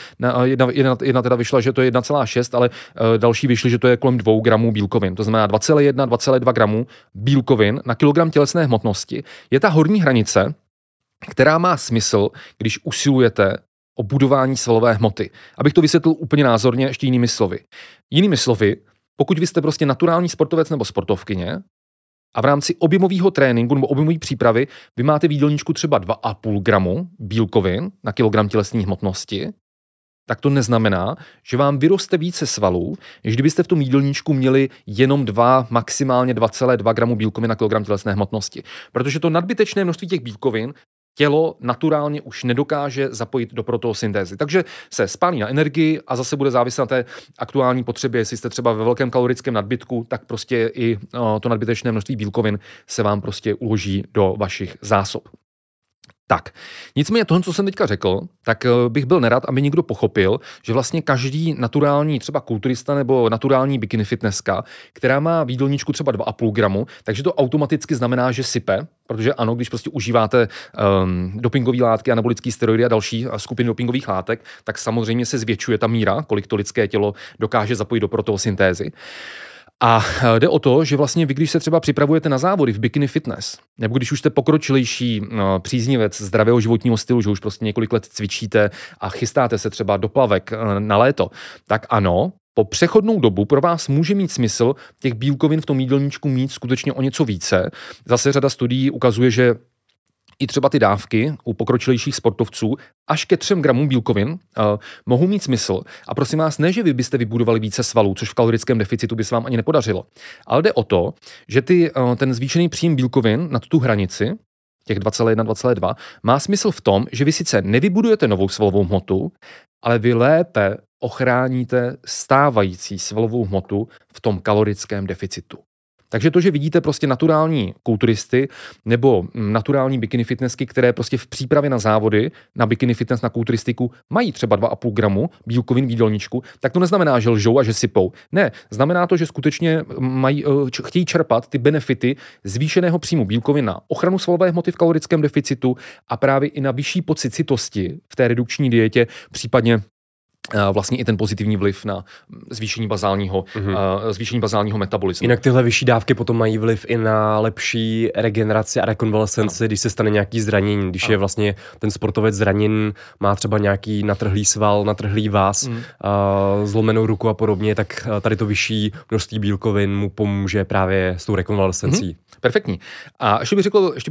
Speaker 1: jedna teda vyšla, že to je 1,6, ale další vyšly, že to je kolem 2 gramů bílkovin. To znamená 2,1-2,2 gramů bílkovin na kilogram tělesné hmotnosti. Je ta horní hranice, která má smysl, když usilujete o budování svalové hmoty. Abych to vysvětlil úplně názorně ještě jinými slovy. Jinými slovy, pokud vy jste prostě naturální sportovec nebo sportovkyně a v rámci objemového tréninku nebo objemové přípravy vy máte v jídelníčku třeba 2,5 gramu bílkovin na kilogram tělesné hmotnosti, tak to neznamená, že vám vyroste více svalů, než kdybyste v tom jídelníčku měli jenom maximálně 2,2 gramu bílkovin na kilogram tělesné hmotnosti. Protože to nadbytečné množství těch bílkovin tělo naturálně už nedokáže zapojit do proteosyntézy. Takže se spálí na energii a zase bude záviset na té aktuální potřebě. Jestli jste třeba ve velkém kalorickém nadbytku, tak prostě i to nadbytečné množství bílkovin se vám prostě uloží do vašich zásob. Tak, nicméně toho, co jsem teďka řekl, tak bych byl nerad, aby někdo pochopil, že vlastně každý naturální třeba kulturista nebo naturální bikini fitnesska, která má v jídelníčku třeba 2,5 gramu, takže to automaticky znamená, že sype, protože ano, když prostě užíváte dopingové látky, anabolické steroidy a další skupiny dopingových látek, tak samozřejmě se zvětšuje ta míra, kolik to lidské tělo dokáže zapojit do proteosyntézy. A jde o to, že vlastně vy, když se třeba připravujete na závody v bikini fitness, nebo když už jste pokročilejší příznivec zdravého životního stylu, že už prostě několik let cvičíte a chystáte se třeba do plavek na léto, tak ano, po přechodnou dobu pro vás může mít smysl těch bílkovin v tom jídelníčku mít skutečně o něco více. Zase řada studií ukazuje, že i třeba ty dávky u pokročilejších sportovců až ke 3 gramům bílkovin mohou mít smysl. A prosím vás, ne, že vy byste vybudovali více svalů, což v kalorickém deficitu by se vám ani nepodařilo. Ale jde o to, že ten zvýšený příjem bílkovin nad tu hranici, těch 2,1, 2,2, má smysl v tom, že vy sice nevybudujete novou svalovou hmotu, ale vy lépe ochráníte stávající svalovou hmotu v tom kalorickém deficitu. Takže to, že vidíte prostě naturální kulturisty nebo naturální bikini fitnessky, které prostě v přípravě na závody, na bikini fitness, na kulturistiku mají třeba 2,5 gramu bílkovin v jídelníčku, tak to neznamená, že lžou a že sypou. Ne, znamená to, že skutečně chtějí čerpat ty benefity zvýšeného příjmu bílkovin na ochranu svalové hmoty v kalorickém deficitu a právě i na vyšší pocit sytosti v té redukční dietě, případně vlastně i ten pozitivní vliv na zvýšení bazálního metabolismu.
Speaker 2: Jinak tyhle vyšší dávky potom mají vliv i na lepší regeneraci a rekonvalescenci, když se stane nějaký zranění. Když je vlastně ten sportovec zraněn, má třeba nějaký natrhlý sval, natrhlý váz, zlomenou ruku a podobně, tak tady to vyšší množství bílkovin mu pomůže právě s tou rekonvalescencí.
Speaker 1: Perfektní. A ještě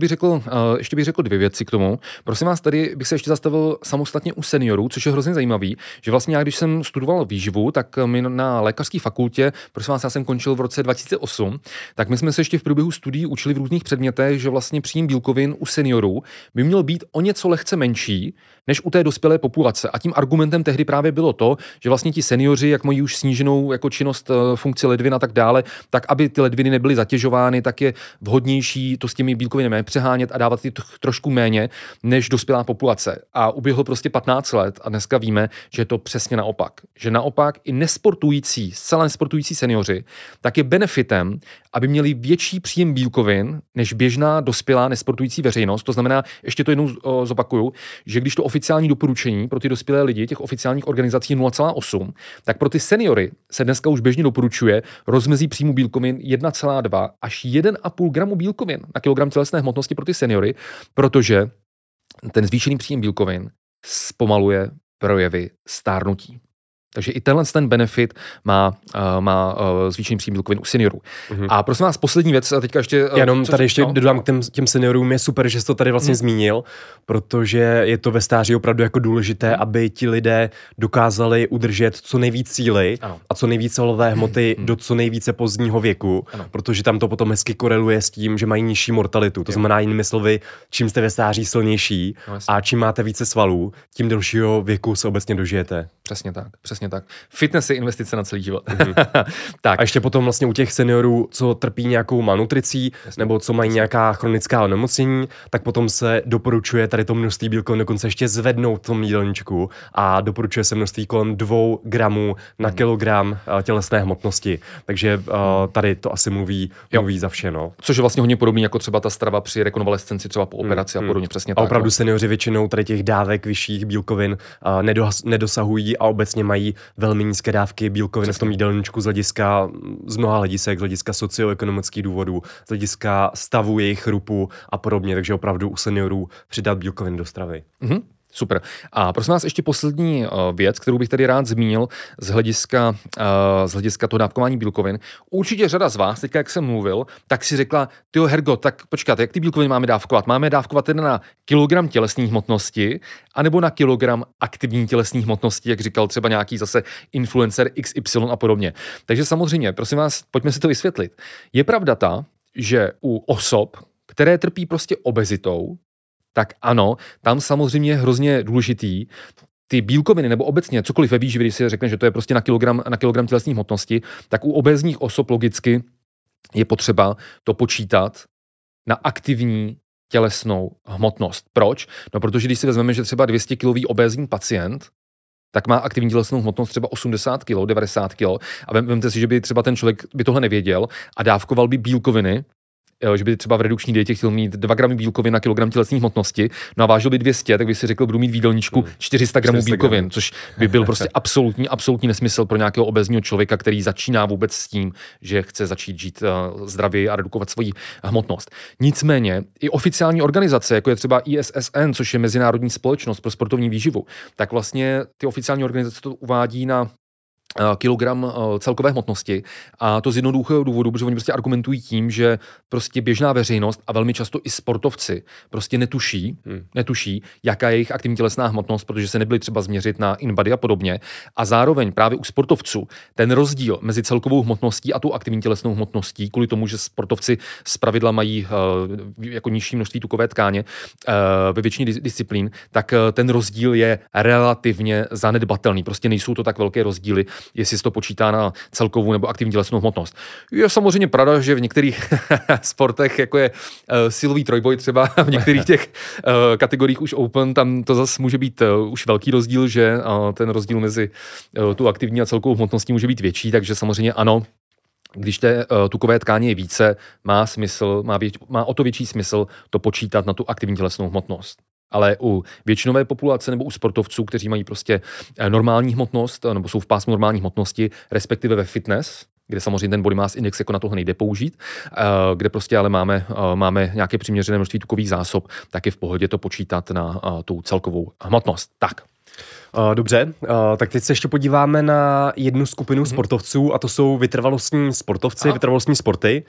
Speaker 1: bych řekl 2 věci k tomu. Prosím vás, tady bych se ještě zastavil samostatně u seniorů, což je hrozně zajímavý, že vlastně já, když jsem studoval výživu, tak my na lékařské fakultě, prosím vás, já jsem končil v roce 2008, tak my jsme se ještě v průběhu studií učili v různých předmětech, že vlastně příjem bílkovin u seniorů by měl být o něco lehce menší než u té dospělé populace. A tím argumentem tehdy právě bylo to, že vlastně ti seniori, jak mají už sníženou jako činnost funkci ledvin a tak dále, tak aby ty ledviny nebyly zatěžovány, tak je vhodnější to s těmi bílkovinami přehánět a dávat ty trošku méně než dospělá populace. A uběhlo prostě 15 let a dneska víme, že je to přesně naopak. Že naopak i zcela nesportující seniori, tak je benefitem, aby měli větší příjem bílkovin než běžná dospělá nesportující veřejnost. To znamená, ještě to jednou zopakuju, že když to oficiální doporučení pro ty dospělé lidi, těch oficiálních organizací 0,8, tak pro ty seniory se dneska už běžně doporučuje rozmezí příjmu bílkovin 1,2 až 1,5 gramu bílkovin na kilogram tělesné hmotnosti pro ty seniory, protože ten zvýšený příjem bílkovin zpomaluje projevy stárnutí. Takže i ten benefit má zvýšený příjem bílkovin u seniorů. A prosím vás, poslední věc, a teďka ještě...
Speaker 2: Dodám k těm seniorům, je super, že jsi to tady vlastně zmínil, protože je to ve stáří opravdu jako důležité, aby ti lidé dokázali udržet co nejvíc síly a co nejvíc svalové hmoty do co nejvíce pozdního věku, protože tam to potom hezky koreluje s tím, že mají nižší mortalitu. To znamená jinými slovy, čím jste ve stáří silnější a čím máte více svalů, tím delšího věku se obecně dožijete.
Speaker 1: Přesně tak. Fitness je investice na celý život.
Speaker 2: Tak. A ještě potom vlastně u těch seniorů, co trpí nějakou malnutricí nebo co mají nějaká chronická onemocnění, tak potom se doporučuje tady to množství bílkovin dokonce ještě zvednout v tom jídelníčku a doporučuje se množství kolem 2 gramů na kilogram tělesné hmotnosti. Takže tady to asi mluví za vše. No.
Speaker 1: Což je vlastně hodně podobný jako třeba ta strava při rekonvalescenci, třeba po operaci a podobně. Přesně tak.
Speaker 2: A opravdu seniori většinou tady těch dávek vyšších bílkovin nedosahují a obecně mají velmi nízké dávky bílkovin v tom jídelníčku z mnoha hledisek, z hlediska socioekonomických důvodů, z hlediska stavu jejich chrupu a podobně, takže opravdu u seniorů přidat bílkovin do stravy.
Speaker 1: Super. A prosím vás ještě poslední věc, kterou bych tady rád zmínil z hlediska toho dávkování bílkovin. Určitě řada z vás, teďka jak jsem mluvil, tak si řekla, tyjo Hergo, tak počkat, jak ty bílkoviny máme dávkovat? Máme dávkovat teda na kilogram tělesné hmotnosti, anebo na kilogram aktivní tělesné hmotnosti, jak říkal třeba nějaký zase influencer XY a podobně. Takže samozřejmě, prosím vás, pojďme si to vysvětlit. Je pravda že u osob, které trpí prostě obezitou, tak ano, tam samozřejmě je hrozně důležitý ty bílkoviny nebo obecně cokoliv ve výživě, když si řekne, že to je prostě na kilogram tělesné hmotnosti, tak u obézních osob logicky je potřeba to počítat na aktivní tělesnou hmotnost. Proč? No protože když si vezmeme, že třeba 200-kilový obézní pacient tak má aktivní tělesnou hmotnost třeba 80 kg, 90 kg a vemte si, že by třeba ten člověk by tohle nevěděl a dávkoval by bílkoviny, že by třeba v redukční dietě chtěl mít 2 gramy bílkovin na kilogram tělesné hmotnosti, no a vážil by 200, tak by si řekl, budu mít v jídelníčku 400 gramů bílkovin, což by byl prostě absolutní nesmysl pro nějakého obézního člověka, který začíná vůbec s tím, že chce začít žít zdravě a redukovat svoji hmotnost. Nicméně i oficiální organizace, jako je třeba ISSN, což je Mezinárodní společnost pro sportovní výživu, tak vlastně ty oficiální organizace to uvádí na kilogram celkové hmotnosti a to z jednoduchého důvodu, protože oni prostě argumentují tím, že prostě běžná veřejnost a velmi často i sportovci prostě netuší, jaká je jejich aktivní tělesná hmotnost, protože se nebyli třeba změřit na InBody a podobně. A zároveň právě u sportovců ten rozdíl mezi celkovou hmotností a tou aktivní tělesnou hmotností, kvůli tomu, že sportovci zpravidla mají jako nižší množství tukové tkáně ve většině disciplín, tak ten rozdíl je relativně zanedbatelný. Prostě nejsou to tak velké rozdíly, jestli se to počítá na celkovou nebo aktivní tělesnou hmotnost. Je samozřejmě pravda, že v některých sportech, jako je silový trojboj třeba, v některých těch kategoriích už open, tam to zase může být už velký rozdíl, že ten rozdíl mezi tu aktivní a celkovou hmotností může být větší, takže samozřejmě ano, když té tukové tkáně je více, má o to větší smysl to počítat na tu aktivní tělesnou hmotnost. Ale u většinové populace nebo u sportovců, kteří mají prostě normální hmotnost nebo jsou v pásmu normální hmotnosti, respektive ve fitness, kde samozřejmě ten body mass index jako na tohle nejde použít, kde prostě ale máme nějaké přiměřené množství tukových zásob, tak je v pohodě to počítat na tu celkovou hmotnost. Tak.
Speaker 2: Dobře, tak teď se ještě podíváme na jednu skupinu sportovců a to jsou vytrvalostní sportovci, vytrvalostní sporty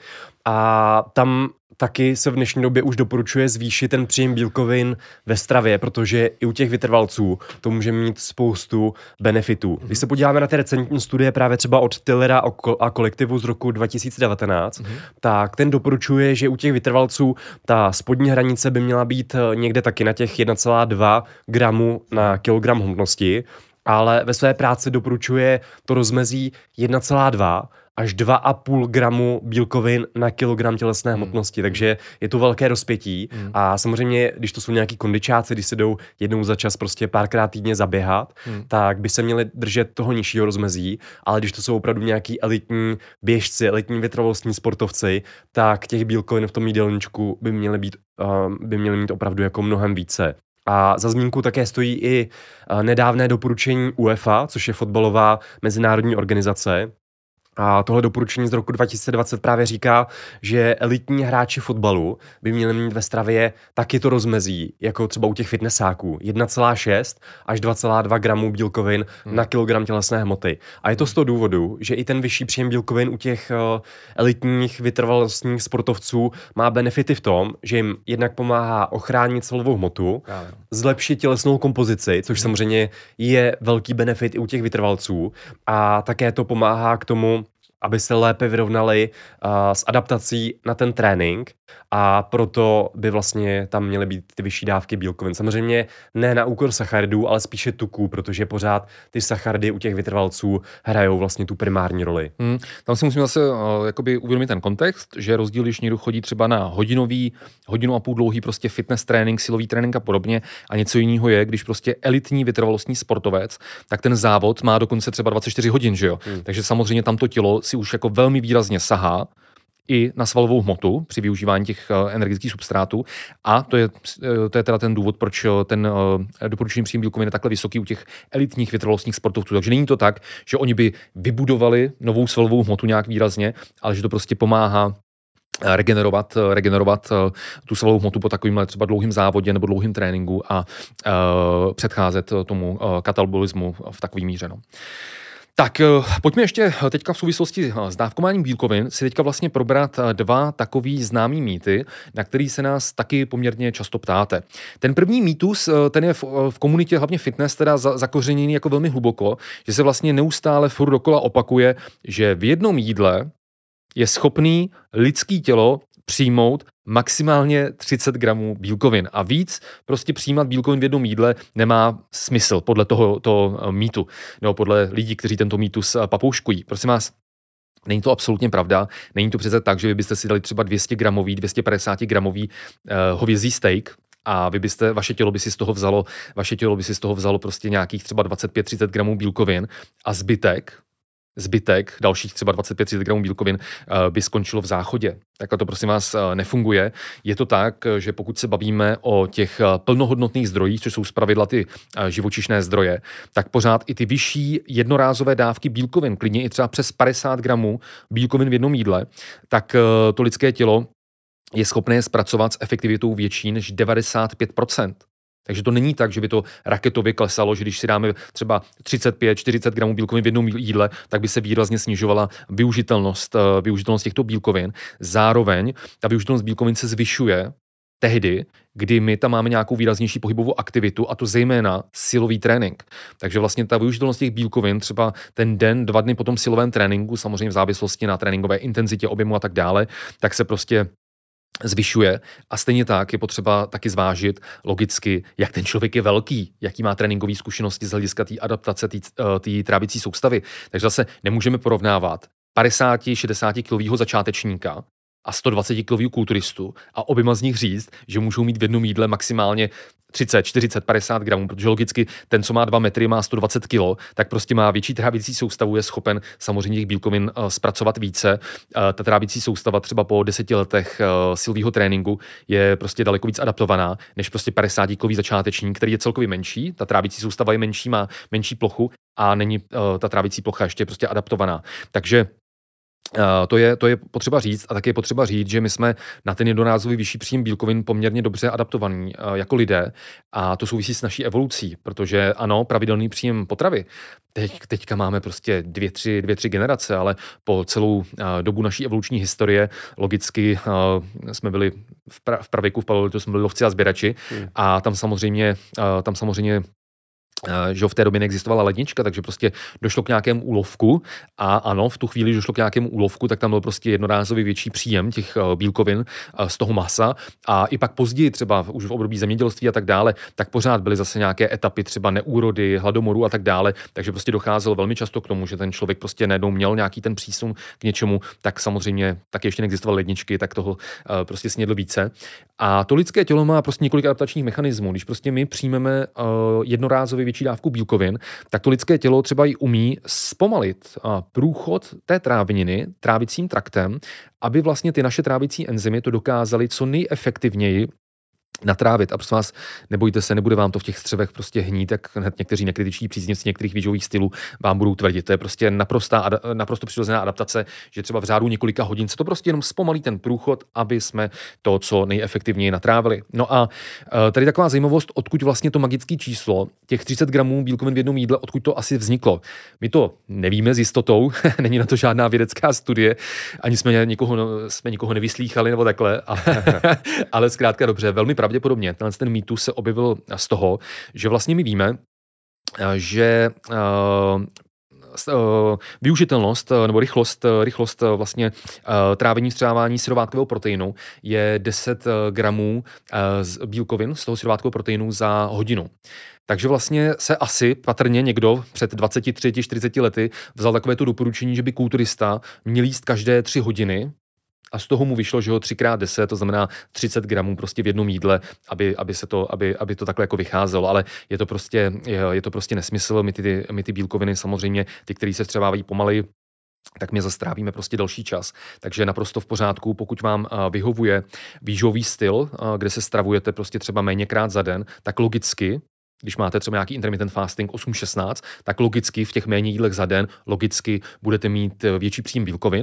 Speaker 2: a tam taky se v dnešní době už doporučuje zvýšit ten příjem bílkovin ve stravě, protože i u těch vytrvalců to může mít spoustu benefitů. Když se podíváme na ty recentní studie právě třeba od Tillera a kolektivu z roku 2019, tak ten doporučuje, že u těch vytrvalců ta spodní hranice by měla být někde taky na těch 1,2 gramu na kilogram hmotnosti, ale ve své práci doporučuje to rozmezí 1,2 až 2,5 gramu bílkovin na kilogram tělesné hmotnosti, takže je to velké rozpětí a samozřejmě, když to jsou nějaký kondičáci, když se jdou jednou za čas prostě párkrát týdně zaběhat, tak by se měli držet toho nižšího rozmezí, ale když to jsou opravdu nějaký elitní běžci, elitní vytrvalostní sportovci, tak těch bílkovin v tom jídelníčku by měly mít opravdu jako mnohem více. A za zmínku také stojí i nedávné doporučení UEFA, což je fotbalová mezinárodní organizace. A tohle doporučení z roku 2020 právě říká, že elitní hráči fotbalu by měli mít ve stravě taky to rozmezí, jako třeba u těch fitnessáků, 1,6 až 2,2 gramů bílkovin na kilogram tělesné hmoty. A je to z toho důvodu, že i ten vyšší příjem bílkovin u těch elitních vytrvalostních sportovců má benefity v tom, že jim jednak pomáhá ochránit svalovou hmotu, zlepšit tělesnou kompozici, což samozřejmě je velký benefit i u těch vytrvalců, a také to pomáhá k tomu, aby se lépe vyrovnali s adaptací na ten trénink, a proto by vlastně tam měly být ty vyšší dávky bílkovin. Samozřejmě ne na úkor sacharidů, ale spíše tuků, protože pořád ty sacharidy u těch vytrvalců hrajou vlastně tu primární roli.
Speaker 1: Tam si musíme zase jakoby uvědomit ten kontext, že rozdíl, když někdo chodí třeba na hodinu a půl dlouhý prostě fitness trénink, silový trénink a podobně, a něco jiného je, když prostě elitní vytrvalostní sportovec, tak ten závod má dokonce třeba 24 hodin, že jo? Takže samozřejmě tamto tělo si už jako velmi výrazně sahá i na svalovou hmotu při využívání těch energetických substrátů, a to je teda ten důvod, proč ten doporučený příjem bílkovin je takhle vysoký u těch elitních vytrvalostních sportovců. Takže není to tak, že oni by vybudovali novou svalovou hmotu nějak výrazně, ale že to prostě pomáhá regenerovat tu svalovou hmotu po takovým třeba dlouhým závodě nebo dlouhým tréninku a předcházet tomu katabolismu v takové míře. No. Tak pojďme ještě teďka v souvislosti s dávkováním bílkovin si teďka vlastně probrat dva takový známý mýty, na který se nás taky poměrně často ptáte. Ten první mýtus, ten je v komunitě hlavně fitness teda zakořeněný jako velmi hluboko, že se vlastně neustále furt dokola opakuje, že v jednom jídle je schopný lidský tělo přijmout maximálně 30 gramů bílkovin a víc prostě přijímat bílkovin v jednom jídle nemá smysl podle toho mýtu, nebo podle lidí, kteří tento mýtus papouškují. Prosím vás, není to absolutně pravda, není to přece tak, že vy byste si dali třeba 200 gramový, 250 gramový hovězí steak a vaše tělo by si z toho vzalo prostě nějakých třeba 25-30 gramů bílkovin a zbytek, dalších třeba 25-30 gramů bílkovin by skončilo v záchodě. Takhle to prosím vás nefunguje. Je to tak, že pokud se bavíme o těch plnohodnotných zdrojích, což jsou zpravidla ty živočišné zdroje, tak pořád i ty vyšší jednorázové dávky bílkovin, klidně i třeba přes 50 gramů bílkovin v jednom jídle, tak to lidské tělo je schopné zpracovat s efektivitou větší než 95%. Takže to není tak, že by to raketově klesalo, že když si dáme třeba 35-40 gramů bílkovin v jednom jídle, tak by se výrazně snižovala využitelnost těchto bílkovin. Zároveň ta využitelnost bílkovin se zvyšuje tehdy, kdy my tam máme nějakou výraznější pohybovou aktivitu, a to zejména silový trénink. Takže vlastně ta využitelnost těch bílkovin třeba ten den, 2 dny po tom silovém tréninku, samozřejmě v závislosti na tréninkové intenzitě, objemu a tak dále, tak se prostě zvyšuje a stejně tak je potřeba taky zvážit logicky, jak ten člověk je velký, jaký má tréninkové zkušenosti z hlediska té adaptace té trávicí soustavy. Takže zase nemůžeme porovnávat 50-60 kilového začátečníka a 120 kilového kulturistu a oběma z nich říct, že můžou mít v jednom jídle maximálně 30, 40, 50 gramů, protože logicky ten, co má 2 metry, má 120 kilo, tak prostě má větší trávicí soustavu, je schopen samozřejmě těch bílkovin zpracovat více. Ta trávicí soustava třeba po 10 letech silového tréninku je prostě daleko víc adaptovaná, než prostě 50-kilový začátečník, který je celkově menší, ta trávicí soustava je menší, má menší plochu a není ta trávicí plocha ještě prostě adaptovaná. Takže to je potřeba říct a také je potřeba říct, že my jsme na ten jednorázový vyšší příjem bílkovin poměrně dobře adaptovaní jako lidé a to souvisí s naší evolucí, protože ano, pravidelný příjem potravy. Teďka máme prostě 2-3 generace, ale po celou dobu naší evoluční historie logicky jsme byli v pravěku, v paleolitu jsme byli lovci a sběrači a tam samozřejmě že v té době neexistovala lednička, takže prostě došlo k nějakému úlovku a ano, v tu chvíli došlo k nějakému úlovku, tak tam byl prostě jednorázový větší příjem těch bílkovin z toho masa a i pak později třeba už v období zemědělství a tak dále, tak pořád byly zase nějaké etapy třeba neúrody, hladomoru a tak dále, takže prostě docházelo velmi často k tomu, že ten člověk prostě najednou měl nějaký ten přísun k něčemu, tak samozřejmě taky ještě neexistovaly ledničky, tak toho prostě snědl více. A to lidské tělo má prostě několik adaptačních mechanismů. Když prostě my přijmeme jednorázově větší dávku bílkovin, tak to lidské tělo třeba i umí zpomalit průchod té trávininy trávicím traktem, aby vlastně ty naše trávicí enzymy to dokázaly co nejefektivněji natrávit. A prosím vás, nebojte se, nebude vám to v těch střevech prostě hnít, jak hned někteří nekritiční příznivci některých výživových stylů vám budou tvrdit. To je prostě naprosto přirozená adaptace, že třeba v řádu několika hodin se to prostě jenom zpomalí ten průchod, aby jsme to co nejefektivněji natrávili. No a tady taková zajímavost, odkud vlastně to magické číslo, těch 30 gramů bílkovin v jednom jídle, odkud to asi vzniklo. My to nevíme s jistotou, není na to žádná vědecká studie, ani jsme nikoho nevyslýchali nebo takhle, ale zkrátka dobře, velmi pravděpodobně ten mýtus se objevil z toho, že vlastně my víme, že využitelnost nebo rychlost vlastně trávení vstřebávání syrovátkového proteinu je 10 gramů bílkovin z toho syrovátkového proteinu za hodinu. Takže vlastně se asi patrně někdo před 23-40 lety vzal takovéto doporučení, že by kulturista měl jíst každé 3 hodiny, a z toho mu vyšlo, že ho 3x10, to znamená 30 gramů prostě v jednom jídle, aby to takhle jako vycházelo. Ale je to prostě nesmysl. My ty bílkoviny samozřejmě, ty, které se vstřebávají pomaleji, tak my zastrávíme prostě další čas. Takže naprosto v pořádku, pokud vám vyhovuje výživový styl, kde se stravujete prostě třeba méněkrát za den, tak logicky, když máte třeba nějaký intermittent fasting 8-16, tak logicky v těch méně jídlech za den logicky budete mít větší příjem bílkovin.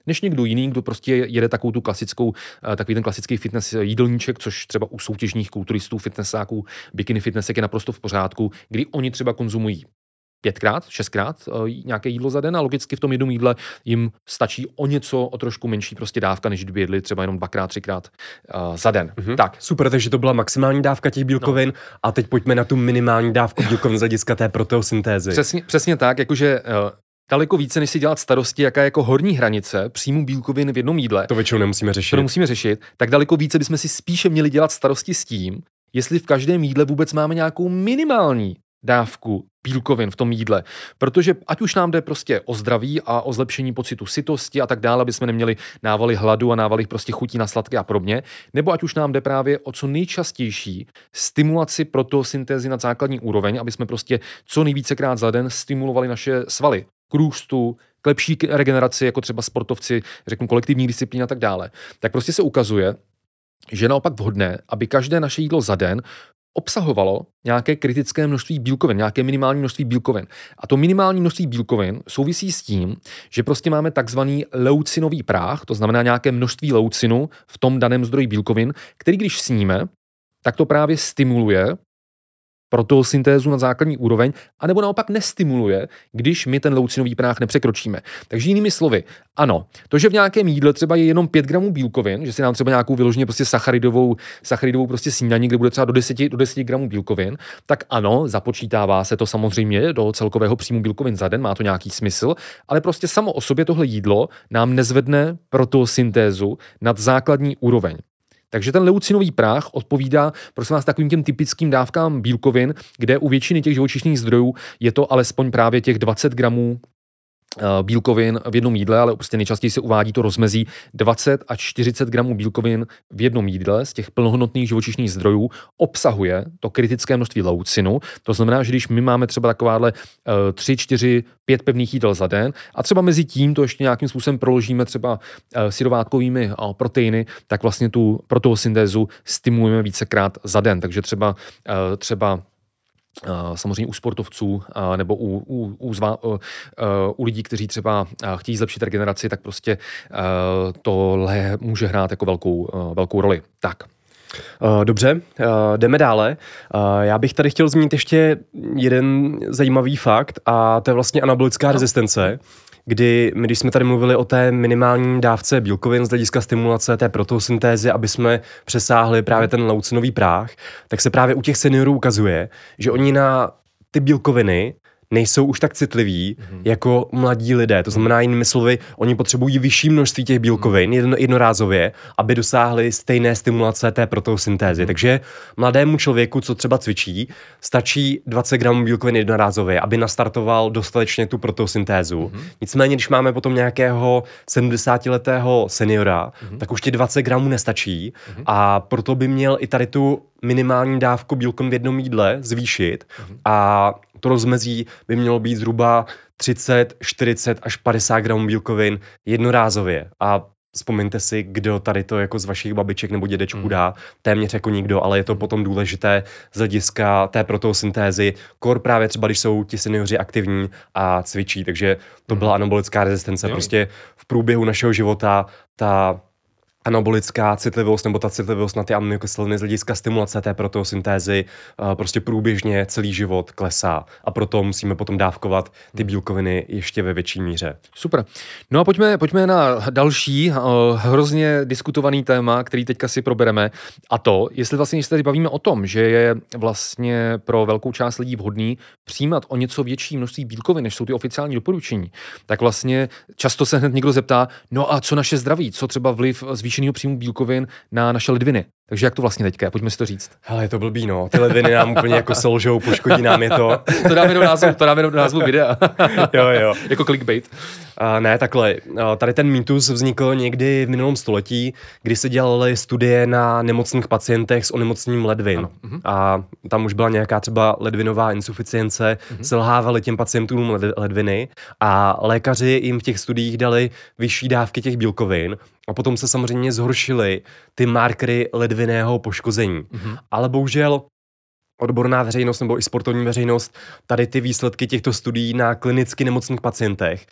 Speaker 1: než někdo jiný, kdo prostě jede takovou tu klasickou, takový ten klasický fitness jídelníček, což třeba u soutěžních kulturistů, fitnessáků, bikini fitnessek je naprosto v pořádku, kdy oni třeba konzumují 5krát, 6krát nějaké jídlo za den a logicky v tom jednom jídle jim stačí o trošku menší prostě dávka, než kdyby jedli třeba jenom 2krát, 3krát za den. Tak.
Speaker 2: Super, takže to byla maximální dávka těch bílkovin a teď pojďme na tu minimální dávku bílkovin z hlediska té proteosyntézy.
Speaker 1: Přesně tak, jakože daleko více, než si dělat starosti, jaká je jako horní hranice příjmu bílkovin v jednom jídle.
Speaker 2: To většinou nemusíme řešit.
Speaker 1: To nemusíme řešit, tak daleko více bychom si spíše měli dělat starosti s tím, jestli v každém jídle vůbec máme nějakou minimální dávku bílkovin v tom jídle, protože ať už nám jde prostě o zdraví a o zlepšení pocitu sytosti a tak dále, aby jsme neměli návaly hladu a návaly prostě chutí na sladké a podobně, nebo ať už nám jde právě o co nejčastější stimulaci protosyntézy na základní úroveň, aby jsme prostě co nejvícekrát za den stimulovali naše svaly k růstu, k lepší regeneraci, jako třeba sportovci, řeknu kolektivní disciplíny a tak dále. Tak prostě se ukazuje, že je naopak vhodné, aby každé naše jídlo za den obsahovalo nějaké kritické množství bílkovin, nějaké minimální množství bílkovin. A to minimální množství bílkovin souvisí s tím, že prostě máme takzvaný leucinový práh, to znamená nějaké množství leucinu v tom daném zdroji bílkovin, který když sníme, tak to právě stimuluje protosyntézu na základní úroveň, anebo naopak nestimuluje, když my ten leucinový práh nepřekročíme. Takže jinými slovy, ano, to, že v nějakém jídle třeba je jenom 5 gramů bílkovin, že si nám třeba nějakou vyloženě prostě sacharidovou prostě snídaní, kde bude třeba do 10 gramů bílkovin, tak ano, započítává se to samozřejmě do celkového příjmu bílkovin za den, má to nějaký smysl, ale prostě samo o sobě tohle jídlo nám nezvedne protosyntézu nad základní úroveň. Takže ten leucinový práh odpovídá prosím vás takovým těm typickým dávkám bílkovin, kde u většiny těch živočišných zdrojů je to alespoň právě těch 20 gramů bílkovin v jednom jídle, ale prostě nejčastěji se uvádí to rozmezí 20 až 40 gramů bílkovin v jednom jídle z těch plnohodnotných živočišných zdrojů obsahuje to kritické množství leucinu. To znamená, že když my máme třeba takováhle 3, 4, 5 pevných jídel za den a třeba mezi tím to ještě nějakým způsobem proložíme třeba syrovátkovými proteiny, tak vlastně tu protosyntézu stimulujeme vícekrát za den. Takže třeba samozřejmě u sportovců nebo u lidí, kteří třeba chtějí zlepšit regeneraci, tak prostě tohle může hrát jako velkou roli. Tak.
Speaker 2: Dobře, jdeme dále. Já bych tady chtěl zmínit ještě jeden zajímavý fakt a to je vlastně anabolická rezistence, kdy my, když jsme tady mluvili o té minimální dávce bílkovin z hlediska stimulace té protosyntézy, aby jsme přesáhli právě ten leucinový práh, tak se právě u těch seniorů ukazuje, že oni na ty bílkoviny nejsou už tak citliví jako mladí lidé. To znamená, jinými slovy, oni potřebují vyšší množství těch bílkovin jednorázově, aby dosáhli stejné stimulace té protosyntézy. Takže mladému člověku, co třeba cvičí, stačí 20 gramů bílkovin jednorázově, aby nastartoval dostatečně tu protosyntézu. Nicméně, když máme potom nějakého 70letého seniora, tak už ti 20 gramů nestačí a proto by měl i tady tu minimální dávku bílkovin v jednom jídle zvýšit a to rozmezí by mělo být zhruba 30, 40 až 50 gramů bílkovin jednorázově. A vzpomeňte si, kdo tady to jako z vašich babiček nebo dědečků dá, téměř jako nikdo, ale je to potom důležité z hlediska té protosyntézy, kor právě třeba, když jsou ti seniori aktivní a cvičí, takže to byla anabolická rezistence. Prostě v průběhu našeho života ta anabolická citlivost nebo ta citlivost na ty aminokyseliny z hlediska stimulace té protosyntézy prostě průběžně celý život klesá a proto musíme potom dávkovat ty bílkoviny ještě ve větší míře.
Speaker 1: Super. No a pojďme na další hrozně diskutovaný téma, který teďka si probereme, a to, jestli vlastně se tady bavíme o tom, že je vlastně pro velkou část lidí vhodný přijímat o něco větší množství bílkovin, než jsou ty oficiální doporučení, tak vlastně často se hned někdo zeptá, no a co naše zdraví, co třeba vliv zvýšeného příjmu bílkovin na naše ledviny. Takže jak to vlastně teďka? Pojďme si to říct.
Speaker 2: Hele, je to blbý, no. Ty ledviny nám úplně jako selžou, poškodí nám je to.
Speaker 1: To dáme do názvu videa.
Speaker 2: jo.
Speaker 1: Jako clickbait.
Speaker 2: Ne, takhle. Tady ten mýtus vznikl někdy v minulém století, kdy se dělaly studie na nemocných pacientech s onemocněním ledvin.
Speaker 1: Ano.
Speaker 2: A tam už byla nějaká třeba ledvinová insuficience, selhávaly těm pacientům ledviny a lékaři jim v těch studiích dali vyšší dávky těch bílkovin a potom se samozřejmě zhoršily ty markery ledviného poškození. Ale bohužel odborná veřejnost nebo i sportovní veřejnost tady ty výsledky těchto studií na klinicky nemocných pacientech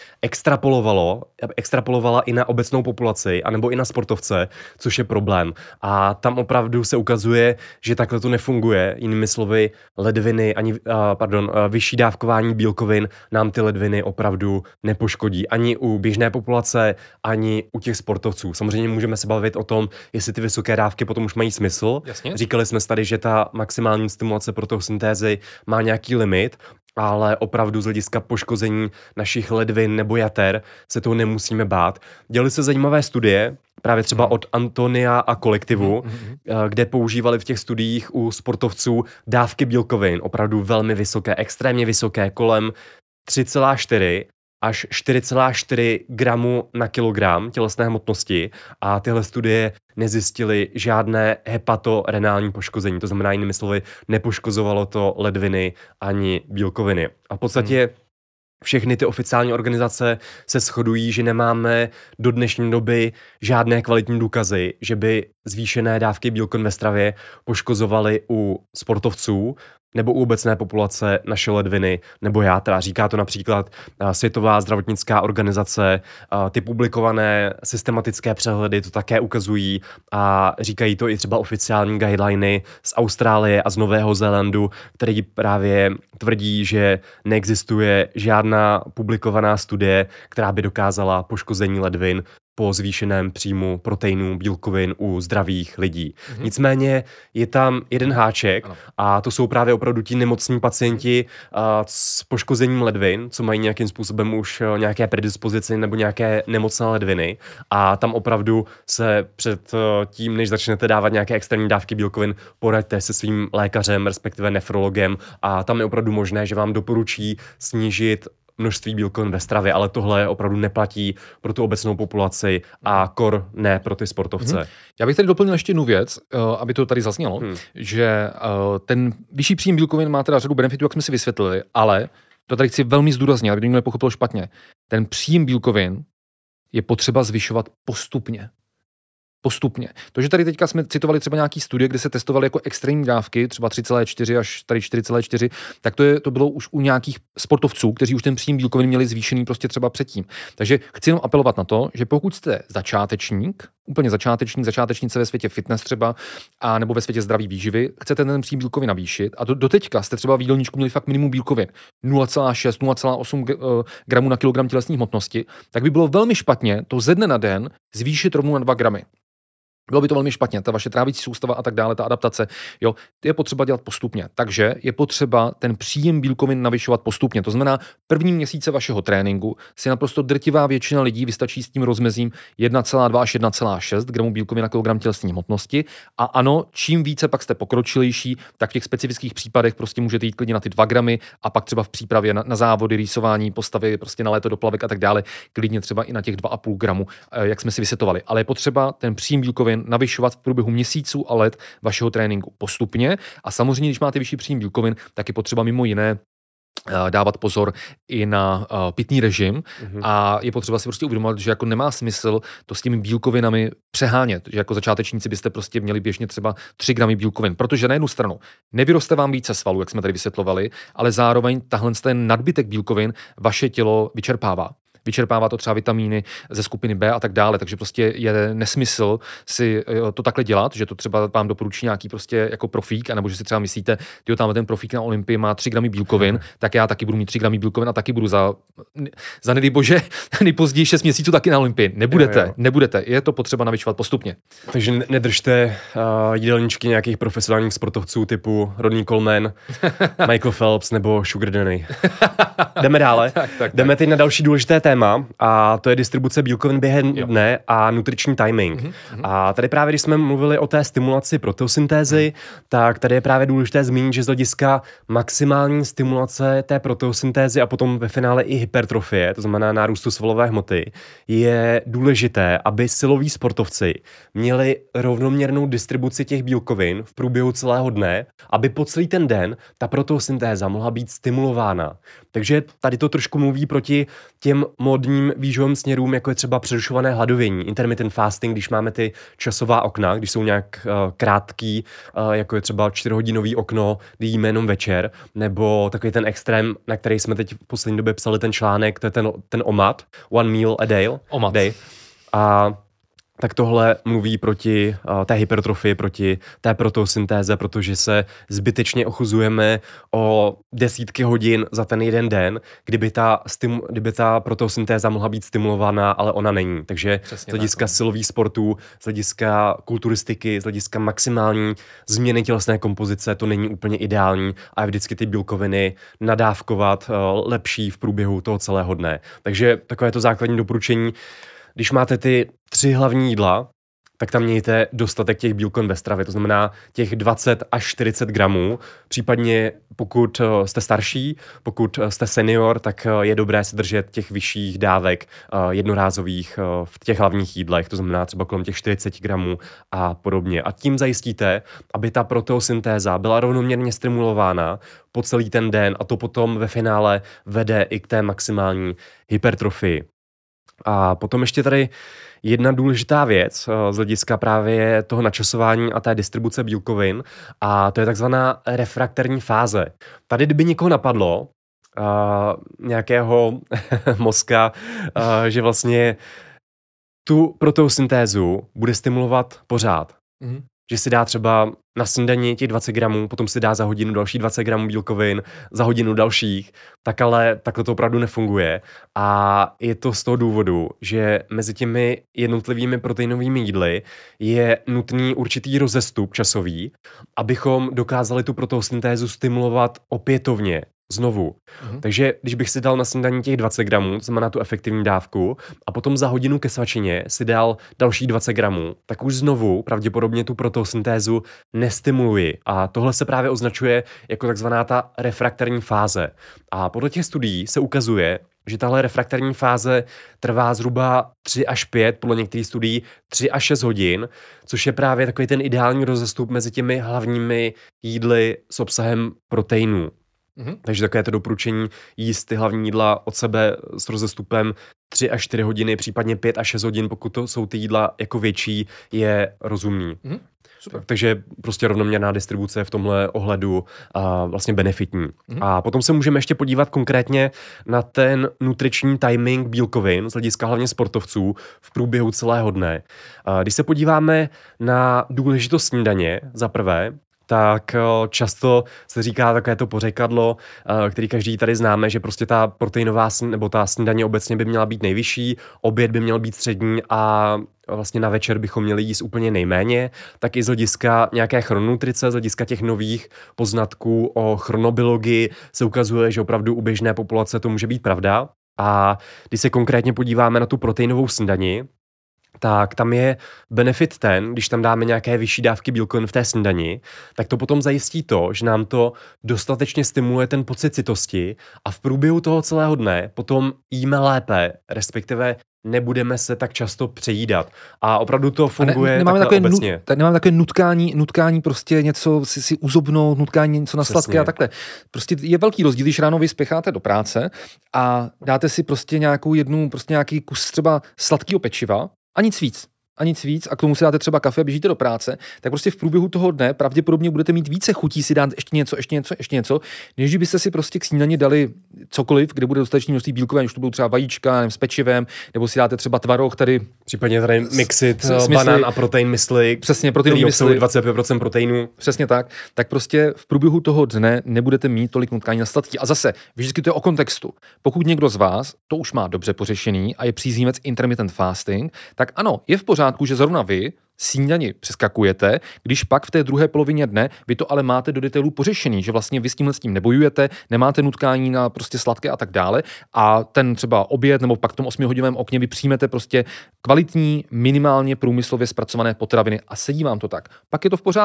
Speaker 2: extrapolovala i na obecnou populaci, anebo i na sportovce, což je problém. A tam opravdu se ukazuje, že takhle to nefunguje. Jinými slovy, ledviny, vyšší dávkování bílkovin nám ty ledviny opravdu nepoškodí. Ani u běžné populace, ani u těch sportovců. Samozřejmě můžeme se bavit o tom, jestli ty vysoké dávky potom už mají smysl.
Speaker 1: Jasně.
Speaker 2: Říkali jsme tady, že ta maximální stimulace protosyntézy má nějaký limit, ale opravdu z hlediska poškození našich ledvin nebo jater se toho nemusíme bát. Dělaly se zajímavé studie, právě třeba od Antonia a kolektivu, kde používali v těch studiích u sportovců dávky bílkovin, opravdu velmi vysoké, extrémně vysoké, kolem 3,4 až 4,4 gramu na kilogram tělesné hmotnosti a tyhle studie nezjistily žádné hepatorenální poškození. To znamená, jinými slovy, nepoškozovalo to ledviny ani bílkoviny. A v podstatě všechny ty oficiální organizace se shodují, že nemáme do dnešní doby žádné kvalitní důkazy, že by zvýšené dávky bílkovin ve stravě poškozovaly u sportovců nebo u obecné populace naše ledviny nebo játra. Říká to například Světová zdravotnická organizace, ty publikované systematické přehledy to také ukazují a říkají to i třeba oficiální guideliny z Austrálie a z Nového Zélandu, který právě tvrdí, že neexistuje žádná publikovaná studie, která by dokázala poškození ledvin po zvýšeném příjmu proteinů, bílkovin u zdravých lidí. Nicméně je tam jeden háček a to jsou právě opravdu ti nemocní pacienti s poškozením ledvin, co mají nějakým způsobem už nějaké predispozice nebo nějaké nemocné ledviny a tam opravdu se před tím, než začnete dávat nějaké extrémní dávky bílkovin, poraďte se svým lékařem, respektive nefrologem a tam je opravdu možné, že vám doporučí snížit množství bílkovin ve stravě, ale tohle opravdu neplatí pro tu obecnou populaci a kor ne pro ty sportovce.
Speaker 1: Já bych tady doplnil ještě jednu věc, aby to tady zaznělo, že ten vyšší příjem bílkovin má teda řadu benefitů, jak jsme si vysvětlili, ale to tady chci velmi zdůraznit, aby někdo nepochopil špatně. Ten příjem bílkovin je potřeba zvyšovat postupně. To, že tady teďka jsme citovali třeba nějaký studie, kde se testovaly jako extrémní dávky, třeba 3,4 až tady 4,4, tak to bylo už u nějakých sportovců, kteří už ten příjem bílkovin měli zvýšený prostě třeba předtím. Takže chci jenom apelovat na to, že pokud jste začátečník, úplně začátečnice ve světě fitness třeba, a nebo ve světě zdraví výživy, chcete ten příjem bílkovin navýšit a doteďka jste třeba v jídelníčku měli fakt minimum bílkovin 0,6, 0,8 gramů na kilogram tělesní hmotnosti, tak by bylo velmi špatně to ze dne na den zvýšit rovnou na 2 gramy. Bylo by to velmi špatně, ta vaše trávicí soustava a tak dále, ta adaptace, jo, je potřeba dělat postupně. Takže je potřeba ten příjem bílkovin navyšovat postupně. To znamená, první měsíce vašeho tréninku si naprosto drtivá většina lidí vystačí s tím rozmezím 1,2 až 1,6 gramů bílkovin na kilogram tělesní hmotnosti. A ano, čím více pak jste pokročilejší, tak v těch specifických případech prostě můžete jít klidně na ty 2 gramy a pak třeba v přípravě na závody, rýsování, postavy prostě na léto do plavek a tak dále, klidně třeba i na těch 2,5 gramu, jak jsme si vysvětovali. Ale je potřeba ten příjem bílkovin navyšovat v průběhu měsíců a let vašeho tréninku postupně. A samozřejmě, když máte vyšší příjem bílkovin, tak je potřeba mimo jiné dávat pozor i na pitný režim a je potřeba si prostě uvědomovat, že jako nemá smysl to s těmi bílkovinami přehánět, že jako začátečníci byste prostě měli běžně třeba 3 gramy bílkovin, protože na jednu stranu nevyroste vám více svalů, jak jsme tady vysvětlovali, ale zároveň tahle ten nadbytek bílkovin vaše tělo vyčerpává. Vyčerpává to třeba vitamíny ze skupiny B a tak dále, takže prostě je nesmysl si to takhle dělat, že to třeba vám doporučí nějaký prostě jako profík, anebo že si třeba myslíte, tyjo, tamhle ten profík na Olympii má 3 gramy bílkovin, tak já taky budu mít 3 gramy bílkovin a taky budu za nedej bože nejpozději 6 měsíců taky na Olympii. Nebudete. Je to potřeba navyšovat postupně. Takže
Speaker 2: nedržte jídelníčky nějakých profesionálních sportovců typu Rodney Coleman, Michael Phelps nebo Sugar Danny. Jdeme dále. Jdeme teď na další důležité téma a to je distribuce bílkovin během dne a nutriční timing. A tady právě, když jsme mluvili o té stimulaci proteosyntézy, tak tady je právě důležité zmínit, že z hlediska maximální stimulace té proteosyntézy a potom ve finále i hypertrofie, to znamená nárůstu svalové hmoty, je důležité, aby siloví sportovci měli rovnoměrnou distribuci těch bílkovin v průběhu celého dne, aby po celý ten den ta proteosyntéza mohla být stimulována. Takže tady to trošku mluví proti těm módním výživovým směrům, jako je třeba přerušované hladovění, intermittent fasting, když máme ty časová okna, když jsou nějak krátký, jako je třeba 4hodinový okno, kdy jíme jenom večer, nebo takový ten extrém, na který jsme teď v poslední době psali ten článek, to je ten OMAD, one meal a day. A tak tohle mluví proti té hypertrofii, proti té protosyntéze, protože se zbytečně ochuzujeme o desítky hodin za ten jeden den, kdyby ta protosyntéza mohla být stimulovaná, ale ona není. Takže z hlediska silových sportů, z hlediska kulturistiky, z hlediska maximální změny tělesné kompozice to není úplně ideální a je vždycky ty bílkoviny nadávkovat lepší v průběhu toho celého dne. Takže takové to základní doporučení. Když máte ty 3 hlavní jídla, tak tam mějte dostatek těch bílkovin ve stravě, to znamená těch 20 až 40 gramů. Případně pokud jste starší, pokud jste senior, tak je dobré se držet těch vyšších dávek jednorázových v těch hlavních jídlech, to znamená třeba kolem těch 40 gramů a podobně. A tím zajistíte, aby ta proteosyntéza byla rovnoměrně stimulována po celý ten den a to potom ve finále vede i k té maximální hypertrofii. A potom ještě tady jedna důležitá věc z hlediska právě toho načasování a té distribuce bílkovin a to je takzvaná refrakterní fáze. Tady kdyby někoho napadlo, nějakého mozka, že vlastně tu proteosyntézu bude stimulovat pořád. Že si dá třeba na snídani těch 20 gramů, potom si dá za hodinu další 20 gramů bílkovin, za hodinu dalších, tak ale takhle to opravdu nefunguje. A je to z toho důvodu, že mezi těmi jednotlivými proteinovými jídly je nutný určitý rozestup časový, abychom dokázali tu proteosyntézu stimulovat opětovně. Znovu. Takže když bych si dal na snídani těch 20 gramů, to znamená tu efektivní dávku, a potom za hodinu ke svačině si dal další 20 gramů, tak už znovu pravděpodobně tu protosyntézu nestimuluji. A tohle se právě označuje jako takzvaná ta refrakterní fáze. A podle těch studií se ukazuje, že tahle refrakterní fáze trvá zhruba 3 až 5, podle některých studií 3 až 6 hodin, což je právě takový ten ideální rozestup mezi těmi hlavními jídly s obsahem proteinů. Takže takové to doporučení jíst ty hlavní jídla od sebe s rozestupem 3 až 4 hodiny, případně 5 až 6 hodin, pokud to jsou ty jídla jako větší, je rozumný. Takže prostě rovnoměrná distribuce v tomhle ohledu a vlastně benefitní. A potom se můžeme ještě podívat konkrétně na ten nutriční timing bílkovin z hlediska hlavně sportovců v průběhu celého dne. Když se podíváme na důležitost snídaně za prvé, tak často se říká takové to pořekadlo, který každý tady známe, že prostě ta proteinová nebo ta snídaně obecně by měla být nejvyšší, oběd by měl být střední a vlastně na večer bychom měli jíst úplně nejméně, tak i z hlediska nějaké chrononutrice, z hlediska těch nových poznatků o chronobiologii se ukazuje, že opravdu u běžné populace to může být pravda. A když se konkrétně podíváme na tu proteinovou snídani, tak tam je benefit ten, když tam dáme nějaké vyšší dávky bílkovin v té snídani, tak to potom zajistí to, že nám to dostatečně stimuluje ten pocit sytosti a v průběhu toho celého dne potom jíme lépe, respektive nebudeme se tak často přejídat. A opravdu to funguje takhle obecně.
Speaker 1: Nemáme takové nutkání prostě něco si uzobnout, nutkání něco na sladké a takhle. Prostě je velký rozdíl, když ráno vy spěcháte do práce a dáte si prostě nějaký kus třeba sladkého pečiva a nic víc a k tomu si dáte třeba kafe a běžíte do práce, tak prostě v průběhu toho dne pravděpodobně budete mít více chutí si dát ještě něco, než byste si prostě k snídani dali cokoliv, kde bude dostatečné množství bílkovin, už to budou třeba vajíčka, nevím, s pečivem, nebo si dáte třeba tvaroh tady.
Speaker 2: Případně tady mixit banán a protein mysli.
Speaker 1: Přesně, proteinový mysli.
Speaker 2: 25% proteinů.
Speaker 1: Přesně tak. Tak prostě v průběhu toho dne nebudete mít tolik nutkání na sladký. A zase, vždycky to je o kontextu. Pokud někdo z vás to už má dobře pořešený a je příznivec intermittent fasting, tak ano, je v pořádku, že zrovna vy snídani přeskakujete, když pak v té druhé polovině dne vy to ale máte do detailů pořešený, že vlastně vy s tím nebojujete, nemáte nutkání na prostě sladké a tak dále a ten třeba oběd nebo pak v tom 8hodinovém okně vy přijmete prostě kvalitní, minimálně průmyslově zpracované potraviny a sedí vám to tak. Pak je to v pořádku.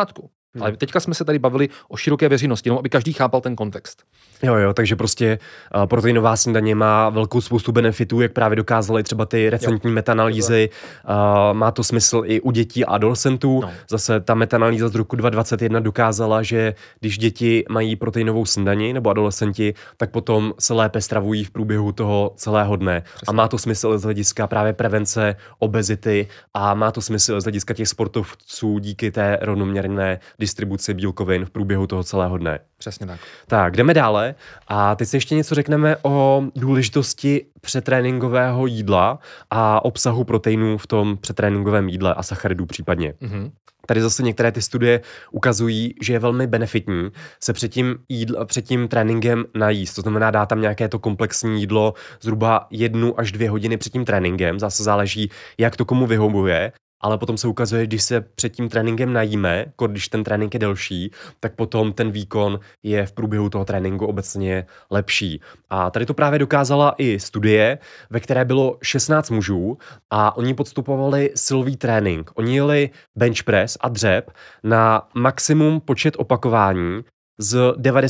Speaker 1: Ale teďka jsme se tady bavili o široké veřejnosti, jenom aby každý chápal ten kontext.
Speaker 2: Jo, takže prostě proteinová snídaně má velkou spoustu benefitů, jak právě dokázaly třeba ty recentní metaanalýzy. Má to smysl i u dětí a adolescentů. No. Zase ta metaanalýza z roku 2021 dokázala, že když děti mají proteinovou snídani nebo adolescenti, tak potom se lépe stravují v průběhu toho celého dne. Přesně. A má to smysl z hlediska právě prevence obezity a má to smysl z hlediska těch sportovců díky té rovnoměrné distribuci bílkovin v průběhu toho celého dne.
Speaker 1: Přesně tak.
Speaker 2: Tak, jdeme dále a teď si ještě něco řekneme o důležitosti předtréninkového jídla a obsahu proteinů v tom předtréninkovém jídle a sacharidů případně. Mm-hmm. Tady zase některé ty studie ukazují, že je velmi benefitní se před tím tréninkem najíst. To znamená dát tam nějaké to komplexní jídlo zhruba 1 až 2 hodiny před tím tréninkem. Zase záleží, jak to komu vyhovuje. Ale potom se ukazuje, když se před tím tréninkem najíme, když ten trénink je delší, tak potom ten výkon je v průběhu toho tréninku obecně lepší. A tady to právě dokázala i studie, ve které bylo 16 mužů a oni podstupovali silový trénink. Oni jeli bench press a dřep na maximum počet opakování z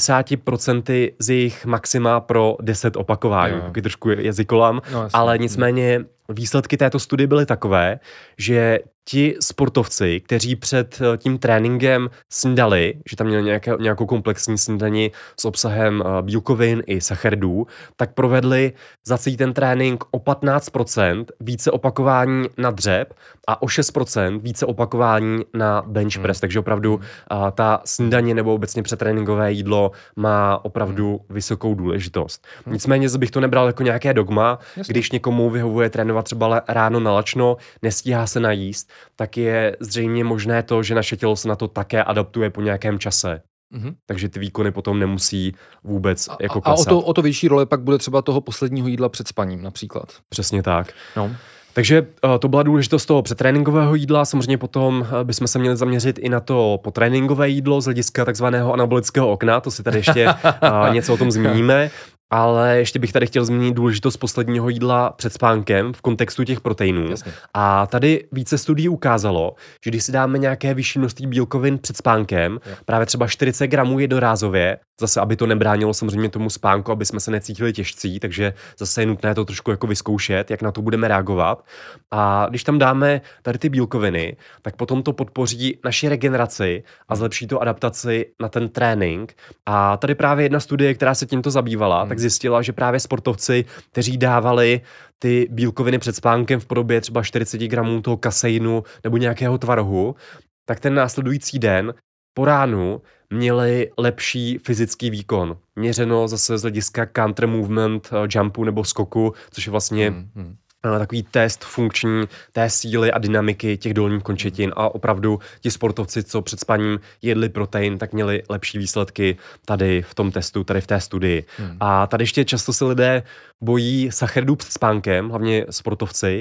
Speaker 2: 90% z jejich maxima pro 10 opakování. Taky trošku jazykolam, ale nicméně výsledky této studie byly takové, že ti sportovci, kteří před tím tréninkem snídali, že tam měli nějakou komplexní snídani s obsahem bílkovin i sacharidů, tak provedli za celý ten trénink o 15% více opakování na dřep a o 6% více opakování na bench press. Takže opravdu ta snídaně nebo obecně předtréninkové jídlo má opravdu vysokou důležitost. Nicméně bych to nebral jako nějaké dogma. Jasně. Když někomu vyhovuje trénovat třeba ráno nalačno, nestíhá se najíst, tak je zřejmě možné to, že naše tělo se na to také adaptuje po nějakém čase. Mm-hmm. Takže ty výkony potom nemusí vůbec jako klesat.
Speaker 1: A o to větší role pak bude třeba toho posledního jídla před spaním například.
Speaker 2: Přesně tak. No. Takže to byla důležitost toho předtréninkového jídla. Samozřejmě potom bychom se měli zaměřit i na to potréninkové jídlo z hlediska takzvaného anabolického okna. To si tady ještě něco o tom zmíníme. Ale ještě bych tady chtěl zmínit důležitost posledního jídla před spánkem v kontextu těch proteinů. Jasně. A tady více studií ukázalo, že když si dáme nějaké vyšší množství bílkovin před spánkem, právě třeba 40 gramů jednorázově, zase aby to nebránilo samozřejmě tomu spánku, aby jsme se necítili těžcí, takže zase je nutné to trošku jako vyzkoušet, jak na to budeme reagovat. A když tam dáme tady ty bílkoviny, tak potom to podpoří naši regeneraci a zlepší to adaptaci na ten trénink. A tady právě jedna studie, která se tímto zabývala, tak zjistila, že právě sportovci, kteří dávali ty bílkoviny před spánkem v podobě třeba 40 gramů toho kaseinu nebo nějakého tvarohu, tak ten následující den po ránu měli lepší fyzický výkon. Měřeno zase z hlediska counter movement jumpu nebo skoku, což je vlastně takový test funkční té síly a dynamiky těch dolních končetin a opravdu ti sportovci, co před spaním jedli protein, tak měli lepší výsledky tady v tom testu, tady v té studii. A tady ještě často se lidé bojí sacharidů před spánkem, hlavně sportovci.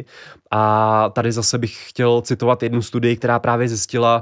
Speaker 2: A tady zase bych chtěl citovat jednu studii, která právě zjistila,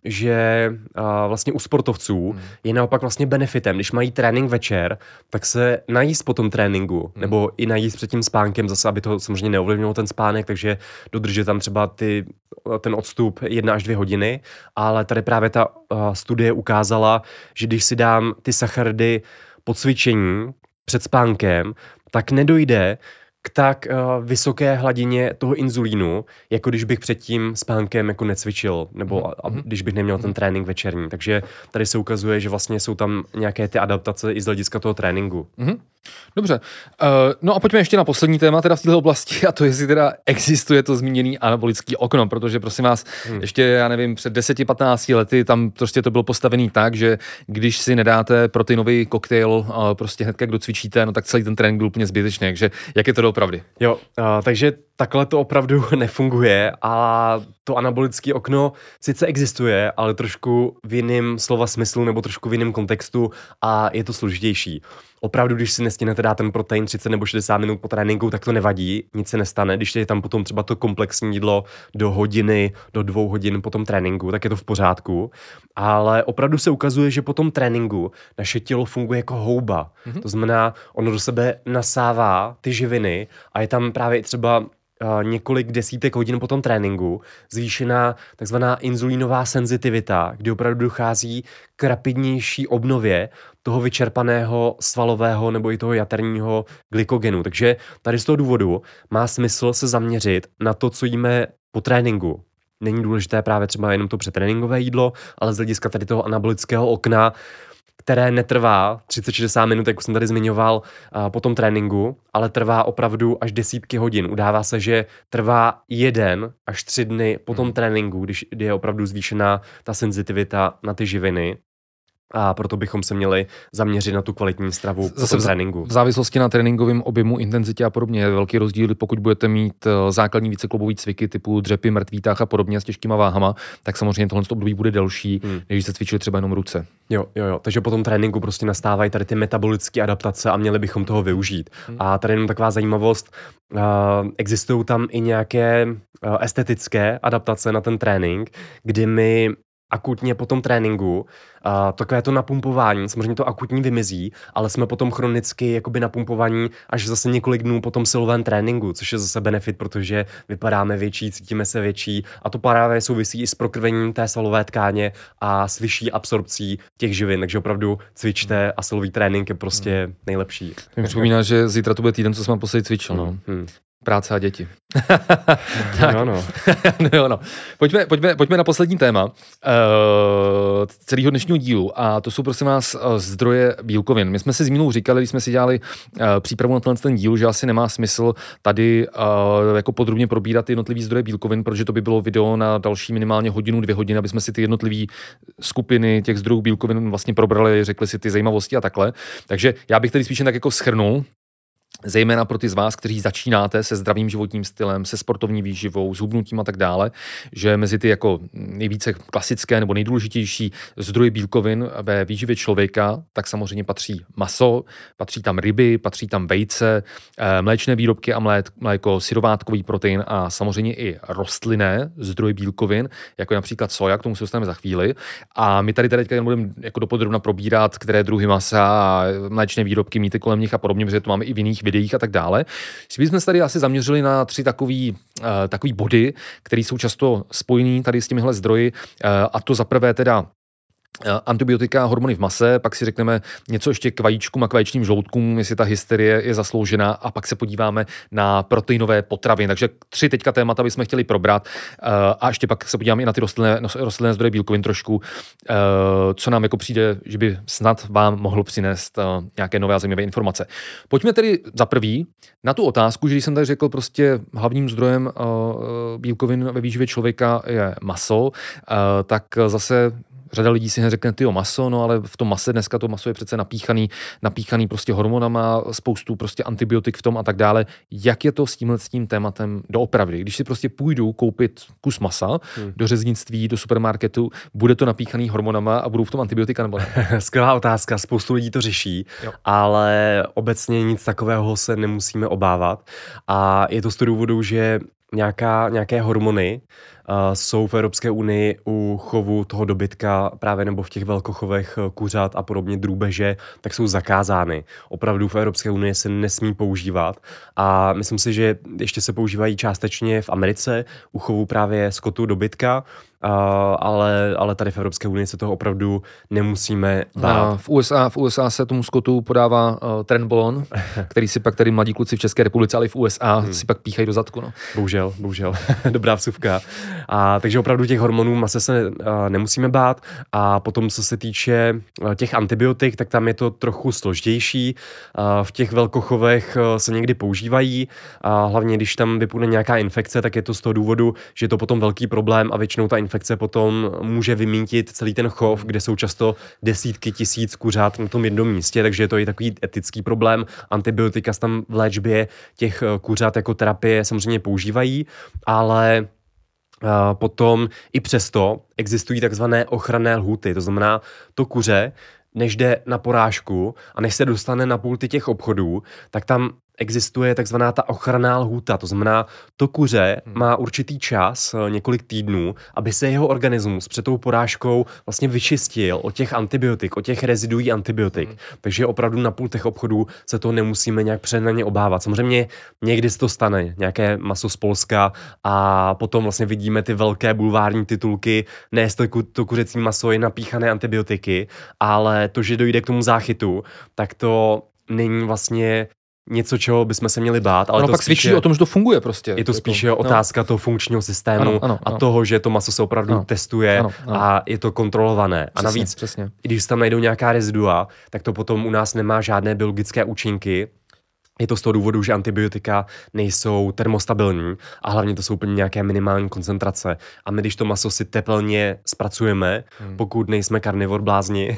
Speaker 2: že vlastně u sportovců je naopak vlastně benefitem, když mají trénink večer, tak se najíst po tom tréninku, nebo i najíst před tím spánkem, zase aby to samozřejmě neovlivnilo ten spánek, takže dodržet tam třeba ten odstup 1 až 2 hodiny, ale tady právě ta studie ukázala, že když si dám ty sacharidy po cvičení před spánkem, tak nedojde k tak vysoké hladině toho inzulínu, jako když bych před tím spánkem jako necvičil, nebo když bych neměl ten trénink večerní. Takže tady se ukazuje, že vlastně jsou tam nějaké ty adaptace i z hlediska toho tréninku.
Speaker 1: Dobře. No a pojďme ještě na poslední téma teda v této oblasti, a to jestli teda existuje to zmíněný anabolický okno, protože prosím vás, ještě já nevím, před 10-15 lety tam prostě to bylo postavený tak, že když si nedáte proteinový koktejl prostě hnedka, kdo cvičíte, no tak celý ten trénink byl úplně zbytečný. Takže jak je to doopravdy?
Speaker 2: Jo, takže takhle to opravdu nefunguje a to anabolické okno sice existuje, ale trošku v jiném slova smyslu nebo trošku v jiném kontextu a je to složitější. Opravdu, když si nestihnete dát ten protein 30 nebo 60 minut po tréninku, tak to nevadí, nic se nestane. Když je tam potom třeba to komplexní jídlo do hodiny, do 2 hodin po tom tréninku, tak je to v pořádku. Ale opravdu se ukazuje, že po tom tréninku naše tělo funguje jako houba. To znamená, ono do sebe nasává ty živiny a je tam právě třeba několik desítek hodin po tom tréninku zvýšená takzvaná inzulínová senzitivita, kdy opravdu dochází k rapidnější obnově toho vyčerpaného svalového nebo i toho jaterního glykogenu. Takže tady z toho důvodu má smysl se zaměřit na to, co jíme po tréninku. Není důležité právě třeba jenom to předtréninkové jídlo, ale z hlediska tady toho anabolického okna, které netrvá 30-60 minut, jak už jsem tady zmiňoval, po tom tréninku, ale trvá opravdu až desítky hodin. Udává se, že trvá 1 až 3 dny po tom tréninku, kdy je opravdu zvýšená ta senzitivita na ty živiny. A proto bychom se měli zaměřit na tu kvalitní stravu po tom tréninku.
Speaker 1: V závislosti na tréninkovém objemu, intenzitě a podobně je velký rozdíl, pokud budete mít základní víceklubové cviky typu dřepy, mrtvý tah a podobně s těžkýma váhama, tak samozřejmě tohle období bude delší, než se cvičili třeba jenom ruce.
Speaker 2: Jo. Takže po tom tréninku prostě nastávají tady ty metabolické adaptace a měli bychom toho využít. A tady jenom taková zajímavost, existují tam i nějaké estetické adaptace na ten trénink, kdy my akutně po tom tréninku, takové to napumpování, samozřejmě to akutní vymizí, ale jsme potom chronicky jakoby napumpovaní až zase několik dnů po tom silovém tréninku, což je zase benefit, protože vypadáme větší, cítíme se větší a to právě souvisí i s prokrvením té svalové tkáně a s vyšší absorpcí těch živin, takže opravdu cvičte a silový trénink je prostě nejlepší.
Speaker 1: Mě připomíná, že zítra to bude týden, co jsem posledně cvičil. No. Práce a děti. No. Pojďme na poslední téma celého dnešního dílu a to jsou prosím vás zdroje bílkovin. My jsme si s Mílou říkali, když jsme si dělali přípravu na ten díl, že asi nemá smysl tady jako podrobně probírat jednotlivý zdroje bílkovin, protože to by bylo video na další minimálně 1-2 hodiny, aby jsme si ty jednotlivé skupiny těch zdrojů bílkovin vlastně probrali, řekli si ty zajímavosti a takhle. Takže já bych tady spíš tak jako shrnul, zejména pro ty z vás, kteří začínáte se zdravým životním stylem, se sportovní výživou, s hubnutím a tak dále, že mezi ty jako nejvíce klasické nebo nejdůležitější zdroje bílkovin ve výživě člověka, tak samozřejmě patří maso, patří tam ryby, patří tam vejce, mléčné výrobky a mléko, syrovátkový protein a samozřejmě i rostlinné zdroje bílkovin, jako například soja, k tomu se dostaneme za chvíli. A my tady teďka budeme jako dopodrobna probírat, které druhy masa a mléčné výrobky mýty kolem nich a podobně, protože to máme i v jiných videích a tak dále. My jsme se tady asi zaměřili na 3 takový body, které jsou často spojený tady s těmihle zdroji, a to za prvé teda antibiotika a hormony v mase, pak si řekneme něco ještě k vajíčkům a k vaječným žloudkům, jestli ta hysterie je zasloužená, a pak se podíváme na proteinové potraviny. Takže 3 teďka témata bychom chtěli probrat a ještě pak se podíváme i na ty rostlinné zdroje bílkovin trošku, co nám jako přijde, že by snad vám mohlo přinést nějaké nové a zajímavé informace. Pojďme tedy za prvý na tu otázku, že když jsem tady řekl prostě hlavním zdrojem bílkovin ve výživě člověka je maso, tak zase řada lidí si neřekne, tyjo, maso, no ale v tom mase dneska to maso je přece napíchaný prostě hormonama, spoustu prostě antibiotik v tom a tak dále. Jak je to s tím tématem doopravdy? Když si prostě půjdu koupit kus masa do řeznictví, do supermarketu, bude to napíchaný hormonama a budou v tom antibiotika nebo ne?
Speaker 2: Skvělá otázka, spoustu lidí to řeší, ale obecně nic takového se nemusíme obávat a je to z toho důvodu, že nějaké hormony jsou v Evropské unii u chovu toho dobytka právě nebo v těch velkochovech kuřat a podobně drůbeže, tak jsou zakázány. Opravdu v Evropské unii se nesmí používat a myslím si, že ještě se používají částečně v Americe u chovu právě skotu dobytka, ale tady v Evropské unii se toho opravdu nemusíme bát.
Speaker 1: V USA se tomu skotu podává trenbolon, který si pak tady mladí kluci v České republice, ale i v USA si pak píchají do zadku. No.
Speaker 2: Bohužel. Dobrá vsuvka. Takže opravdu těch hormonů mase se nemusíme bát a potom, co se týče těch antibiotik, tak tam je to trochu složitější. V těch velkochovech se někdy používají, hlavně když tam vypůjde nějaká infekce, tak je to z toho důvodu, že je to potom velký problém a většinou ta infekce potom může vymítit celý ten chov, kde jsou často desítky tisíc kuřat na tom jednom místě, takže je to i takový etický problém. Antibiotika tam v léčbě těch kuřat jako terapie samozřejmě používají, ale potom i přesto existují takzvané ochranné lhůty, to znamená to kuře, než jde na porážku a než se dostane na pulty těch obchodů, tak tam existuje takzvaná ta ochranná lhůta, to znamená, to kuře má určitý čas, několik týdnů, aby se jeho organismus před tou porážkou vlastně vyčistil od těch antibiotik, od těch reziduí antibiotik. Takže opravdu na pultech obchodů se to nemusíme nějak přehnaně obávat. Samozřejmě někdy se to stane, nějaké maso z Polska a potom vlastně vidíme ty velké bulvární titulky, ne to kuřecí maso je napíchané antibiotiky, ale to, že dojde k tomu záchytu, tak to není vlastně něco, čeho bychom se měli bát. Ale
Speaker 1: to pak svědčí o tom, že to funguje prostě.
Speaker 2: Je to spíše otázka toho funkčního systému a toho, že to maso se opravdu testuje a je to kontrolované. Přesně, a navíc, když tam najdou nějaká rezidua, tak to potom u nás nemá žádné biologické účinky. Je to z toho důvodu, že antibiotika nejsou termostabilní a hlavně to jsou úplně nějaké minimální koncentrace. A my, když to maso si tepelně zpracujeme, pokud nejsme karnivor blázni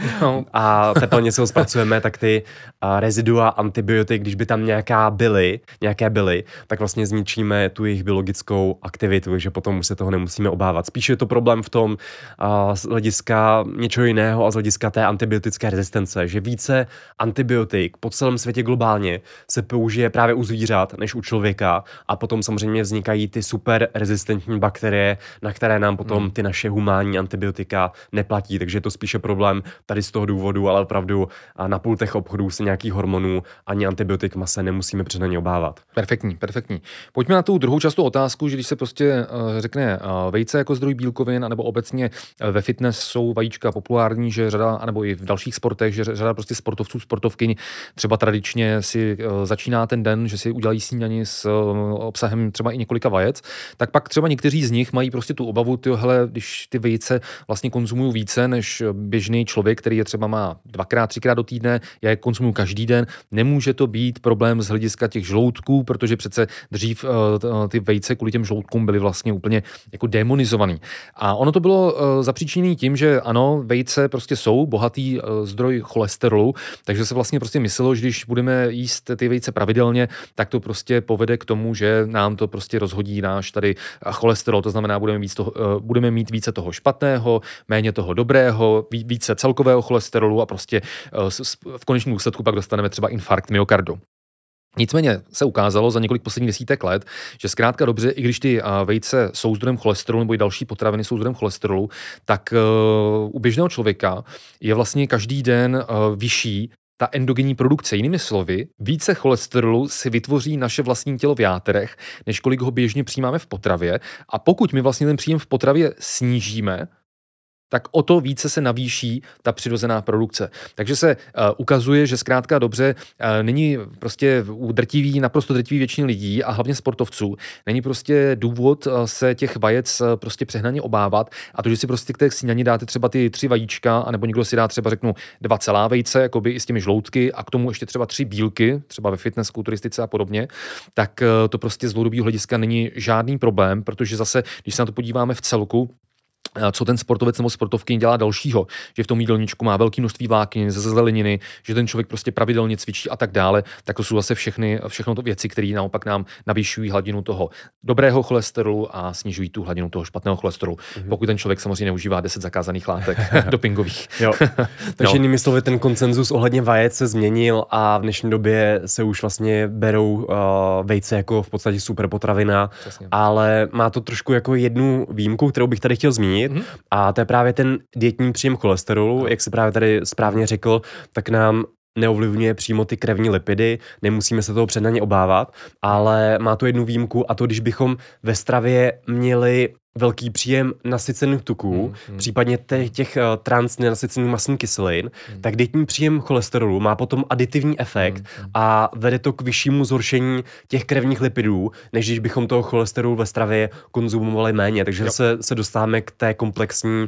Speaker 2: a tepelně si ho zpracujeme, tak ty rezidua antibiotik, když by tam nějaké byly, tak vlastně zničíme tu jejich biologickou aktivitu, takže potom už se toho nemusíme obávat. Spíše je to problém v tom z hlediska něčeho jiného a z hlediska té antibiotické rezistence, že více antibiotik po celém světě globálně se použije právě u zvířat než u člověka a potom samozřejmě vznikají ty super rezistentní bakterie, na které nám potom ty naše humánní antibiotika neplatí, takže je to spíše problém tady z toho důvodu, ale opravdu na pultech obchodů se nějakých hormonů ani antibiotik mase nemusíme přehnaně obávat.
Speaker 1: Perfektní. Pojďme na tu druhou častou otázku, že když se prostě řekne vejce jako zdroj bílkovin, anebo obecně ve fitness jsou vajíčka populární, že řada, anebo i v dalších sportech, že řada prostě sportovců, sportovkyň třeba tradičně si začíná ten den, že si udělají snídani s obsahem třeba i několika vajec, tak pak třeba někteří z nich mají prostě tu obavu, když ty vejce vlastně konzumují více než běžný člověk, který je třeba má 2x, 3x do týdne, já je konzumuju každý den, nemůže to být problém z hlediska těch žloudků, protože přece dřív ty vejce kvůli těm žloudkům byly vlastně úplně jako demonizovaný. A ono to bylo zapříčiněné tím, že ano, vejce prostě jsou bohatý zdroj cholesterolu, takže se vlastně prostě myslelo, že když budeme jíst ty vejce pravidelně, tak to prostě povede k tomu, že nám to prostě rozhodí náš tady cholesterol, to znamená, budeme mít více toho špatného, méně toho dobrého, více celkového cholesterolu a prostě v konečném důsledku pak dostaneme třeba infarkt myokardu. Nicméně se ukázalo za několik posledních desítek let, že zkrátka dobře, i když ty vejce jsou zdrojem cholesterolu nebo i další potraviny jsou zdrojem cholesterolu, tak u běžného člověka je vlastně každý den vyšší ta endogenní produkce. Jinými slovy, více cholesterolu si vytvoří naše vlastní tělo v játrech, než kolik ho běžně přijímáme v potravě. A pokud my vlastně ten příjem v potravě snížíme, tak o to více se navýší ta přirozená produkce. Takže se ukazuje, že zkrátka dobře není prostě u naprosto drtivý většiny lidí a hlavně sportovců, není prostě důvod se těch vajec prostě přehnaně obávat a to, že si prostě k té snídani dáte třeba ty 3 vajíčka, anebo někdo si dá třeba řeknu 2 celá vejce, jakoby i s těmi žloutky a k tomu ještě třeba 3 bílky, třeba ve fitness, kulturistice a podobně, tak to prostě z dlouhodobého hlediska není žádný problém, protože zase, když se na to podíváme v celku, co ten sportovec nebo sportovkyně dělá dalšího, že v tom jídelníčku má velké množství vláknin, ze zeleniny, že ten člověk prostě pravidelně cvičí a tak dále, tak to jsou zase všechno to věci, které naopak nám navýšují hladinu toho dobrého cholesterolu a snižují tu hladinu toho špatného cholesterolu. Pokud ten člověk samozřejmě neužívá 10 zakázaných látek dopingových.
Speaker 2: Jo. Takže jinými slovy, ten konsenzus ohledně vajec se změnil a v dnešní době se už vlastně berou vejce jako v podstatě super potravina, ale má to trošku jako jednu výjimku, kterou bych tady chtěl zmínit. A to je právě ten dietní příjem cholesterolu, jak se právě tady správně řekl, tak nám neovlivňuje přímo ty krevní lipidy, nemusíme se toho přednaně obávat, ale má to jednu výjimku a to, když bychom ve stravě měli velký příjem nasycených tuků, případně těch trans nenasycených mastných kyselin, tak dietní příjem cholesterolu má potom aditivní efekt a vede to k vyššímu zhoršení těch krevních lipidů, než když bychom toho cholesterolu ve stravě konzumovali méně. Takže se dostáváme k té komplexní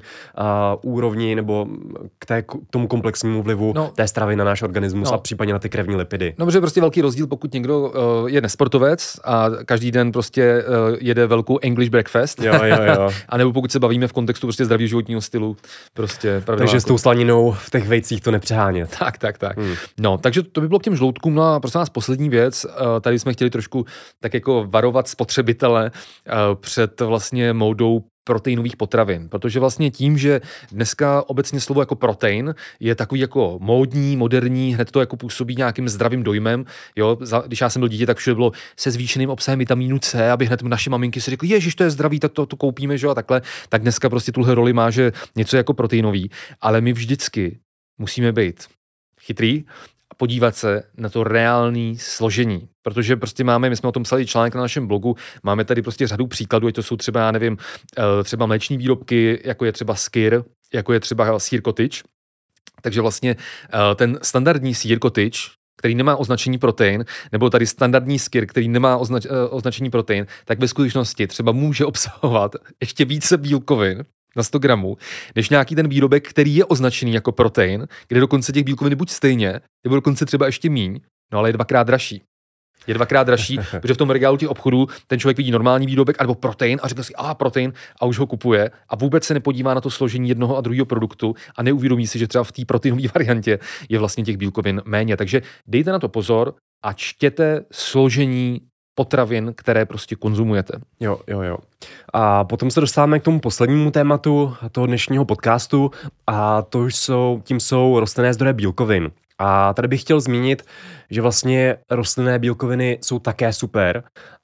Speaker 2: úrovni nebo k tomu komplexnímu vlivu té stravy na náš organismus a případně na ty krevní lipidy.
Speaker 1: No, protože prostě velký rozdíl, pokud někdo je nesportovec a každý den prostě jede velkou English breakfast.
Speaker 2: Jo.
Speaker 1: A nebo pokud se bavíme v kontextu prostě zdravého životního stylu, prostě
Speaker 2: takže s tou slaninou v těch vejcích to nepřehánět.
Speaker 1: Tak. No, takže to by bylo k těm žloudkům. No a prosím vás poslední věc, tady jsme chtěli trošku tak jako varovat spotřebitele před vlastně módou proteinových potravin, protože vlastně tím, že dneska obecně slovo jako protein je takový jako módní, moderní, hned to jako působí nějakým zdravým dojmem. Jo, když já jsem byl dítě, tak všude bylo se zvýšeným obsahem vitamínu C, aby hned naše maminky si řekly, ježiš, to je zdravý, tak to koupíme, že jo, a takhle. Tak dneska prostě tuhle roli má, že něco jako proteinový, ale my vždycky musíme být chytrý a podívat se na to reální složení. Protože prostě my jsme o tom psali článek na našem blogu, máme tady prostě řadu příkladů, ať to jsou třeba, já nevím, třeba mléční výrobky, jako je třeba skyr, jako je třeba sýr cottage. Takže vlastně ten standardní sýr cottage, který nemá označení protein, nebo tady standardní skyr, který nemá označení protein, tak ve skutečnosti třeba může obsahovat ještě více bílkovin na 100 gramů, než nějaký ten výrobek, který je označený jako protein, kde dokonce těch bílkovin je buď stejně, nebo dokonce třeba ještě míň, no ale je dvakrát dražší. Je dvakrát dražší, protože v tom regálu těch obchodů ten člověk vidí normální výrobek nebo protein a řekne si, protein a už ho kupuje a vůbec se nepodívá na to složení jednoho a druhého produktu a neuvědomí si, že třeba v té proteinové variantě je vlastně těch bílkovin méně. Takže dejte na to pozor a čtěte složení potravin, které prostě konzumujete.
Speaker 2: Jo. A potom se dostáváme k tomu poslednímu tématu toho dnešního podcastu a tím jsou rostlinné zdroje bílkovin. A tady bych chtěl zmínit, že vlastně rostlinné bílkoviny jsou také super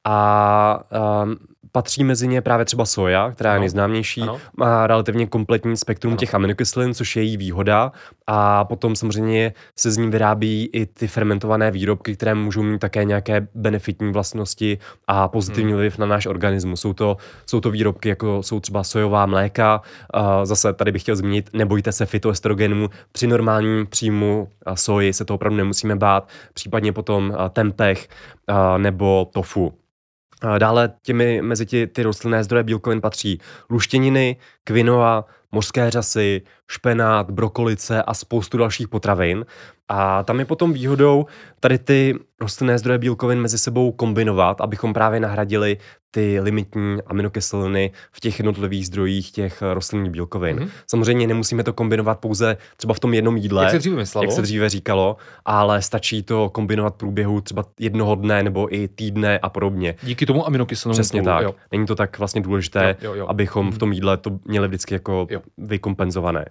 Speaker 2: a patří mezi ně právě třeba soja, která je nejznámější, má relativně kompletní spektrum těch aminokyselin, což je její výhoda a potom samozřejmě se z ní vyrábí i ty fermentované výrobky, které můžou mít také nějaké benefitní vlastnosti a pozitivní vliv na náš organismus. Jsou to výrobky, jako jsou třeba sojová mléka, zase tady bych chtěl zmínit, nebojte se fytoestrogenů, při normálním příjmu soji se to opravdu nemusíme bát, případně potom tempeh nebo tofu. Dále mezi ty rostlinné zdroje bílkovin patří luštěniny, kvinoa, mořské řasy, špenát, brokolice a spoustu dalších potravin. A tam je potom výhodou tady ty rostlinné zdroje bílkovin mezi sebou kombinovat, abychom právě nahradili ty limitní aminokyseliny v těch jednotlivých zdrojích těch rostlinných bílkovin. Samozřejmě nemusíme to kombinovat pouze třeba v tom jednom jídle, jak se dříve říkalo, ale stačí to kombinovat v průběhu třeba jednoho dne nebo i týdne a podobně.
Speaker 1: Díky tomu aminokyselinu.
Speaker 2: Přesně tak. Jo. Není to tak vlastně důležité, abychom v tom jídle to měli vždycky jako vykompenzované.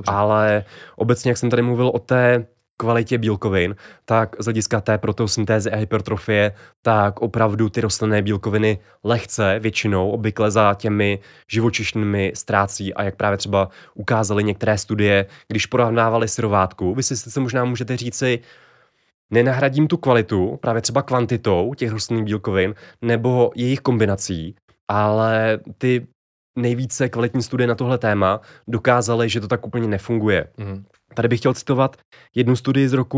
Speaker 2: Ale obecně, jak jsem tady mluvil o té kvalitě bílkovin, tak z hlediska té proteosyntézy a hypertrofie, tak opravdu ty rostlinné bílkoviny lehce většinou obvykle za těmi živočišnými ztrácí a jak právě třeba ukázaly některé studie, když porovnávali syrovátku. Vy si sice možná můžete říci, nenahradím tu kvalitu právě třeba kvantitou těch rostlinných bílkovin nebo jejich kombinací, ale ty nejvíce kvalitní studie na tohle téma dokázaly, že to tak úplně nefunguje. Tady bych chtěl citovat jednu studii z roku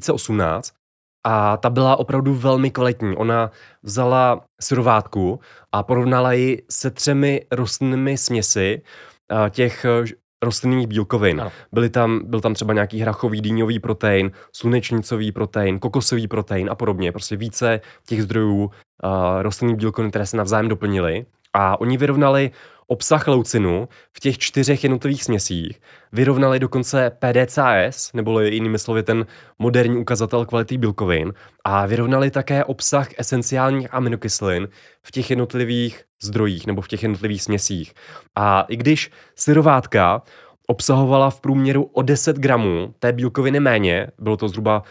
Speaker 2: 2018 a ta byla opravdu velmi kvalitní. Ona vzala syrovátku a porovnala ji se 3 rostlinnými směsi těch rostlinných bílkovin. Byl tam třeba nějaký hrachový dýňový protein, slunečnicový protein, kokosový protein a podobně. Prostě více těch zdrojů rostlinných bílkovin, které se navzájem doplnily. A oni vyrovnali obsah leucinu v těch 4 jednotlivých směsích, vyrovnali dokonce PDCAS, nebo jinými slovy ten moderní ukazatel kvality bílkovin, a vyrovnali také obsah esenciálních aminokyselin v těch jednotlivých zdrojích nebo v těch jednotlivých směsích. A i když syrovátka obsahovala v průměru o 10 gramů té bílkoviny méně, bylo to zhruba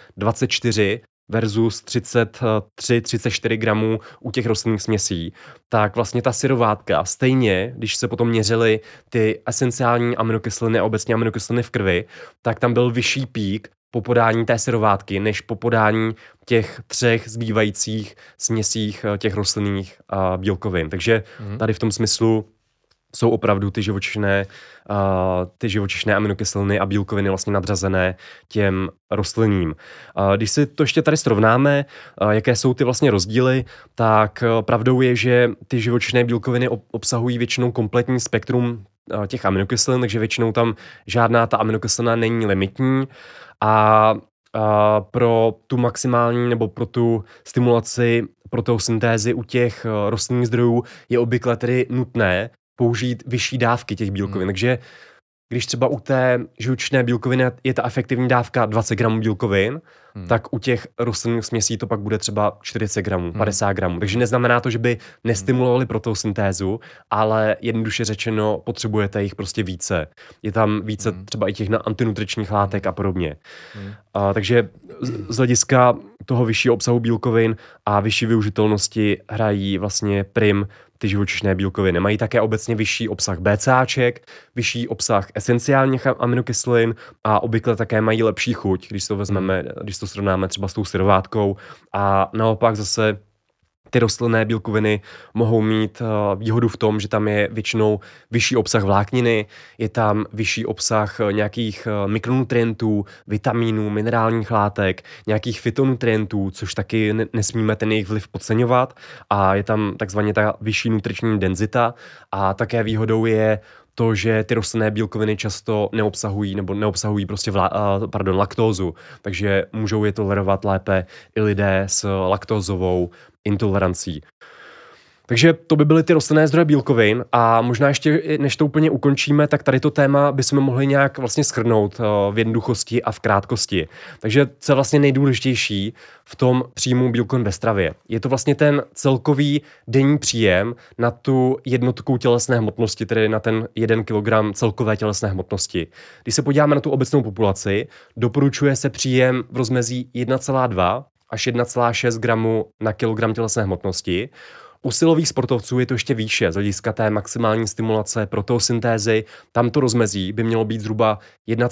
Speaker 2: 24 versus 33-34 gramů u těch rostlinných směsí, tak vlastně ta syrovátka stejně, když se potom měřily ty esenciální aminokyseliny a obecně aminokyseliny v krvi, tak tam byl vyšší pík po podání té syrovátky, než po podání těch 3 zbývajících směsích těch rostlinných bílkovin. Takže tady v tom smyslu jsou opravdu ty živočišné aminokyseliny a bílkoviny vlastně nadřazené těm rostlinným. Když si to ještě tady srovnáme, jaké jsou ty vlastně rozdíly, tak pravdou je, že ty živočišné bílkoviny obsahují většinou kompletní spektrum těch aminokyselin, takže většinou tam žádná ta aminokyselina není limitní a pro tu maximální nebo pro tu stimulaci proteosyntézy u těch rostlinných zdrojů je obvykle tedy nutné použít vyšší dávky těch bílkovin. Takže když třeba u té živočišné bílkoviny je ta efektivní dávka 20 gramů bílkovin, tak u těch rostlinných směsí to pak bude třeba 40 gramů, 50 gramů. Takže neznamená to, že by nestimulovali protosyntézu, ale jednoduše řečeno potřebujete jich prostě více. Je tam více třeba i těch antinutričních látek a podobně. Takže z hlediska toho vyššího obsahu bílkovin a vyšší využitelnosti hrají vlastně prim ty živočišné bílkoviny. Mají také obecně vyšší obsah BCAček, vyšší obsah esenciálních aminokyselin a obvykle také mají lepší chuť, když to vezmeme, když to srovnáme třeba s tou syrovátkou. A naopak zase ty rostlinné bílkoviny mohou mít výhodu v tom, že tam je většinou vyšší obsah vlákniny, je tam vyšší obsah nějakých mikronutrientů, vitamínů, minerálních látek, nějakých fytonutrientů, což taky nesmíme ten jejich vliv podceňovat, a je tam takzvaně ta vyšší nutriční denzita a také výhodou je to, že ty rostlinné bílkoviny často neobsahují prostě laktózu, takže můžou je tolerovat lépe i lidé s laktózovou intolerancí. Takže to by byly ty rostlinné zdroje bílkovin a možná ještě, než to úplně ukončíme, tak tady to téma bychom mohli nějak vlastně shrnout v jednoduchosti a v krátkosti. Takže co je vlastně nejdůležitější v tom příjmu bílkovin ve stravě? Je to vlastně ten celkový denní příjem na tu jednotku tělesné hmotnosti, tedy na ten 1 kg celkové tělesné hmotnosti. Když se podíváme na tu obecnou populaci, doporučuje se příjem v rozmezí 1,2 až 1,6 gramu na kilogram tělesné hmotnosti. U silových sportovců je to ještě výše z hlediska té maximální stimulace protosyntézy. Tam to rozmezí by mělo být zhruba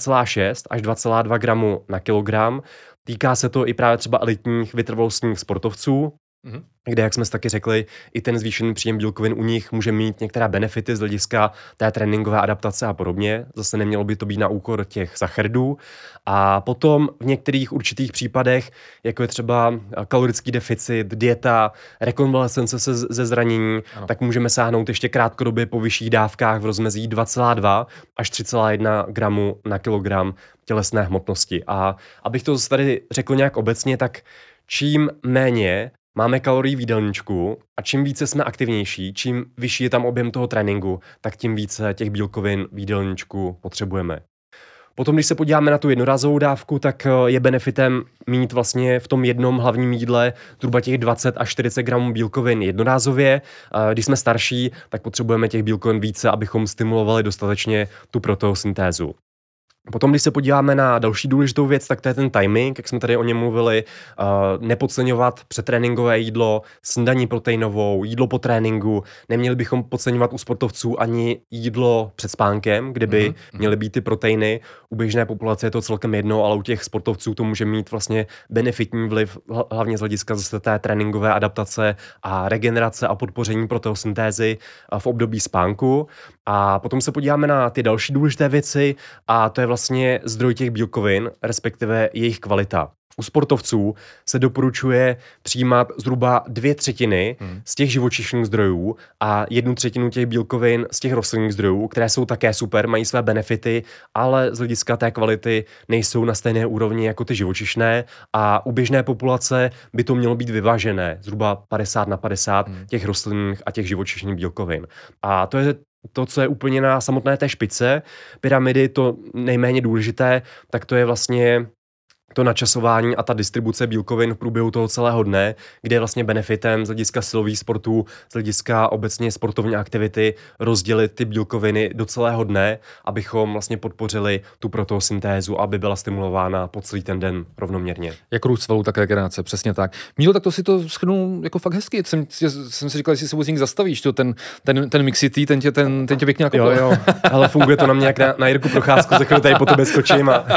Speaker 2: 1,6 až 2,2 gramu na kilogram. Týká se to i právě třeba elitních vytrvalostních sportovců, kde, jak jsme si taky řekli, i ten zvýšený příjem bílkovin u nich může mít některé benefity z hlediska té tréninkové adaptace a podobně. Zase nemělo by to být na úkor těch sacharidů. A potom v některých určitých případech, jako je třeba kalorický deficit, dieta, rekonvalescence ze zranění, tak můžeme sáhnout ještě krátkodobě po vyšších dávkách v rozmezí 2,2 až 3,1 gramu na kilogram tělesné hmotnosti. A abych to tady řekl nějak obecně, tak čím méně máme kalorií v jídelníčku a čím více jsme aktivnější, čím vyšší je tam objem toho tréninku, tak tím více těch bílkovin v jídelníčku potřebujeme. Potom, když se podíváme na tu jednorázovou dávku, tak je benefitem mít vlastně v tom jednom hlavním jídle zhruba těch 20 až 40 gramů bílkovin jednorázově. Když jsme starší, tak potřebujeme těch bílkovin více, abychom stimulovali dostatečně tu protosyntézu. Potom, když se podíváme na další důležitou věc, tak to je ten timing, jak jsme tady o něm mluvili, nepodceňovat předtréninkové jídlo, snídaní proteinovou, jídlo po tréninku, neměli bychom podceňovat u sportovců ani jídlo před spánkem, kde by měly být ty proteiny. U běžné populace je to celkem jedno, ale u těch sportovců to může mít vlastně benefitní vliv, hlavně z hlediska zase té tréninkové adaptace a regenerace a podpoření protosyntézy v období spánku. A potom se podíváme na ty další důležité věci a to je vlastně zdroj těch bílkovin, respektive jejich kvalita. U sportovců se doporučuje přijímat zhruba 2/3 z těch živočišných zdrojů a 1/3 těch bílkovin z těch rostlinných zdrojů, které jsou také super, mají své benefity, ale z hlediska té kvality nejsou na stejné úrovni jako ty živočišné a u běžné populace by to mělo být vyvážené, zhruba 50/50 těch rostlinných a těch živočišných bílkovin. A to je to, co je úplně na samotné té špice pyramidy, to nejméně důležité, tak to je vlastně to načasování a ta distribuce bílkovin v průběhu toho celého dne, kde je vlastně benefitem z hlediska silových sportů, z hlediska obecně sportovní aktivity rozdělit ty bílkoviny do celého dne, abychom vlastně podpořili tu protosyntézu, aby byla stimulována po celý ten den rovnoměrně.
Speaker 1: Jak růst svalů, tak regenerace, přesně tak. Mílo, tak to si to shrnul jako fakt hezky. Jsem si říkal, jestli se vůbec někdy zastavíš, to ten mixity, ten tě pěkně nakopl.
Speaker 2: Jo, ale funguje to na mě jak na Jirku Procházku, za chvíli tady po tobě skočím a...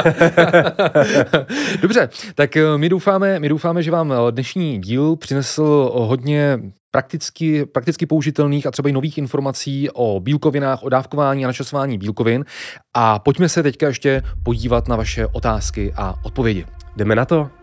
Speaker 1: Dobře, tak my doufáme, že vám dnešní díl přinesl hodně prakticky použitelných a třeba i nových informací o bílkovinách, o dávkování a načasování bílkovin. A pojďme se teďka ještě podívat na vaše otázky a odpovědi.
Speaker 2: Jdeme na to?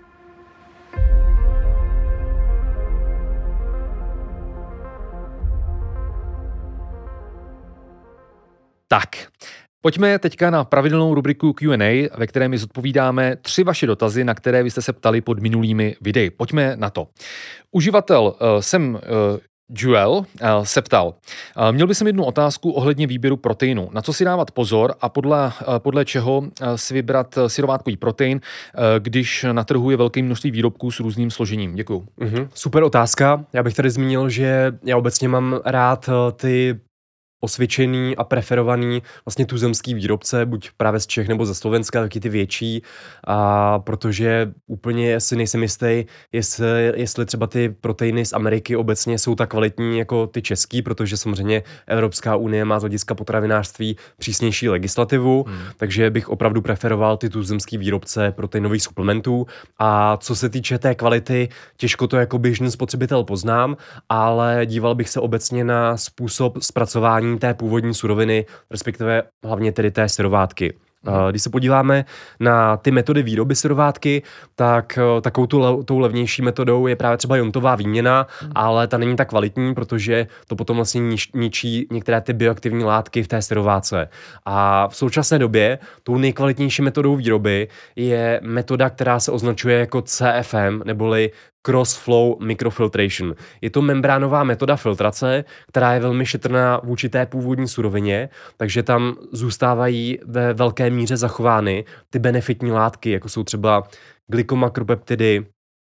Speaker 1: Tak, pojďme teďka na pravidelnou rubriku Q&A, ve které my zodpovídáme 3 vaše dotazy, na které vy jste se ptali pod minulými videi. Pojďme na to. Uživatel Joel se ptal, měl bych jednu otázku ohledně výběru proteinu. Na co si dávat pozor a podle čeho si vybrat syrovátkový protein, když na trhu je velké množství výrobků s různým složením? Děkuju.
Speaker 2: Super otázka. Já bych tady zmínil, že já obecně mám rád ty osvědčený a preferovaný vlastně tuzemský výrobce, buď právě z Čech nebo ze Slovenska, taky ty větší, a protože úplně si nejsem jistý, jestli třeba ty proteiny z Ameriky obecně jsou tak kvalitní jako ty český, protože samozřejmě Evropská unie má z hlediska potravinářství přísnější legislativu, takže bych opravdu preferoval ty tuzemský výrobce proteinových suplementů. A co se týče té kvality, těžko to jako běžný spotřebitel poznám, ale díval bych se obecně na způsob zpracování té původní suroviny, respektive hlavně tedy té syrovátky. Když se podíváme na ty metody výroby syrovátky, tak takovou tou levnější metodou je právě třeba iontová výměna, ale ta není tak kvalitní, protože to potom vlastně ničí některé ty bioaktivní látky v té syrovátce. A v současné době tou nejkvalitnější metodou výroby je metoda, která se označuje jako CFM, neboli Cross-Flow Microfiltration. Je to membránová metoda filtrace, která je velmi šetrná vůči té původní surovině, takže tam zůstávají ve velké míře zachovány ty benefitní látky, jako jsou třeba glykomakropeptidy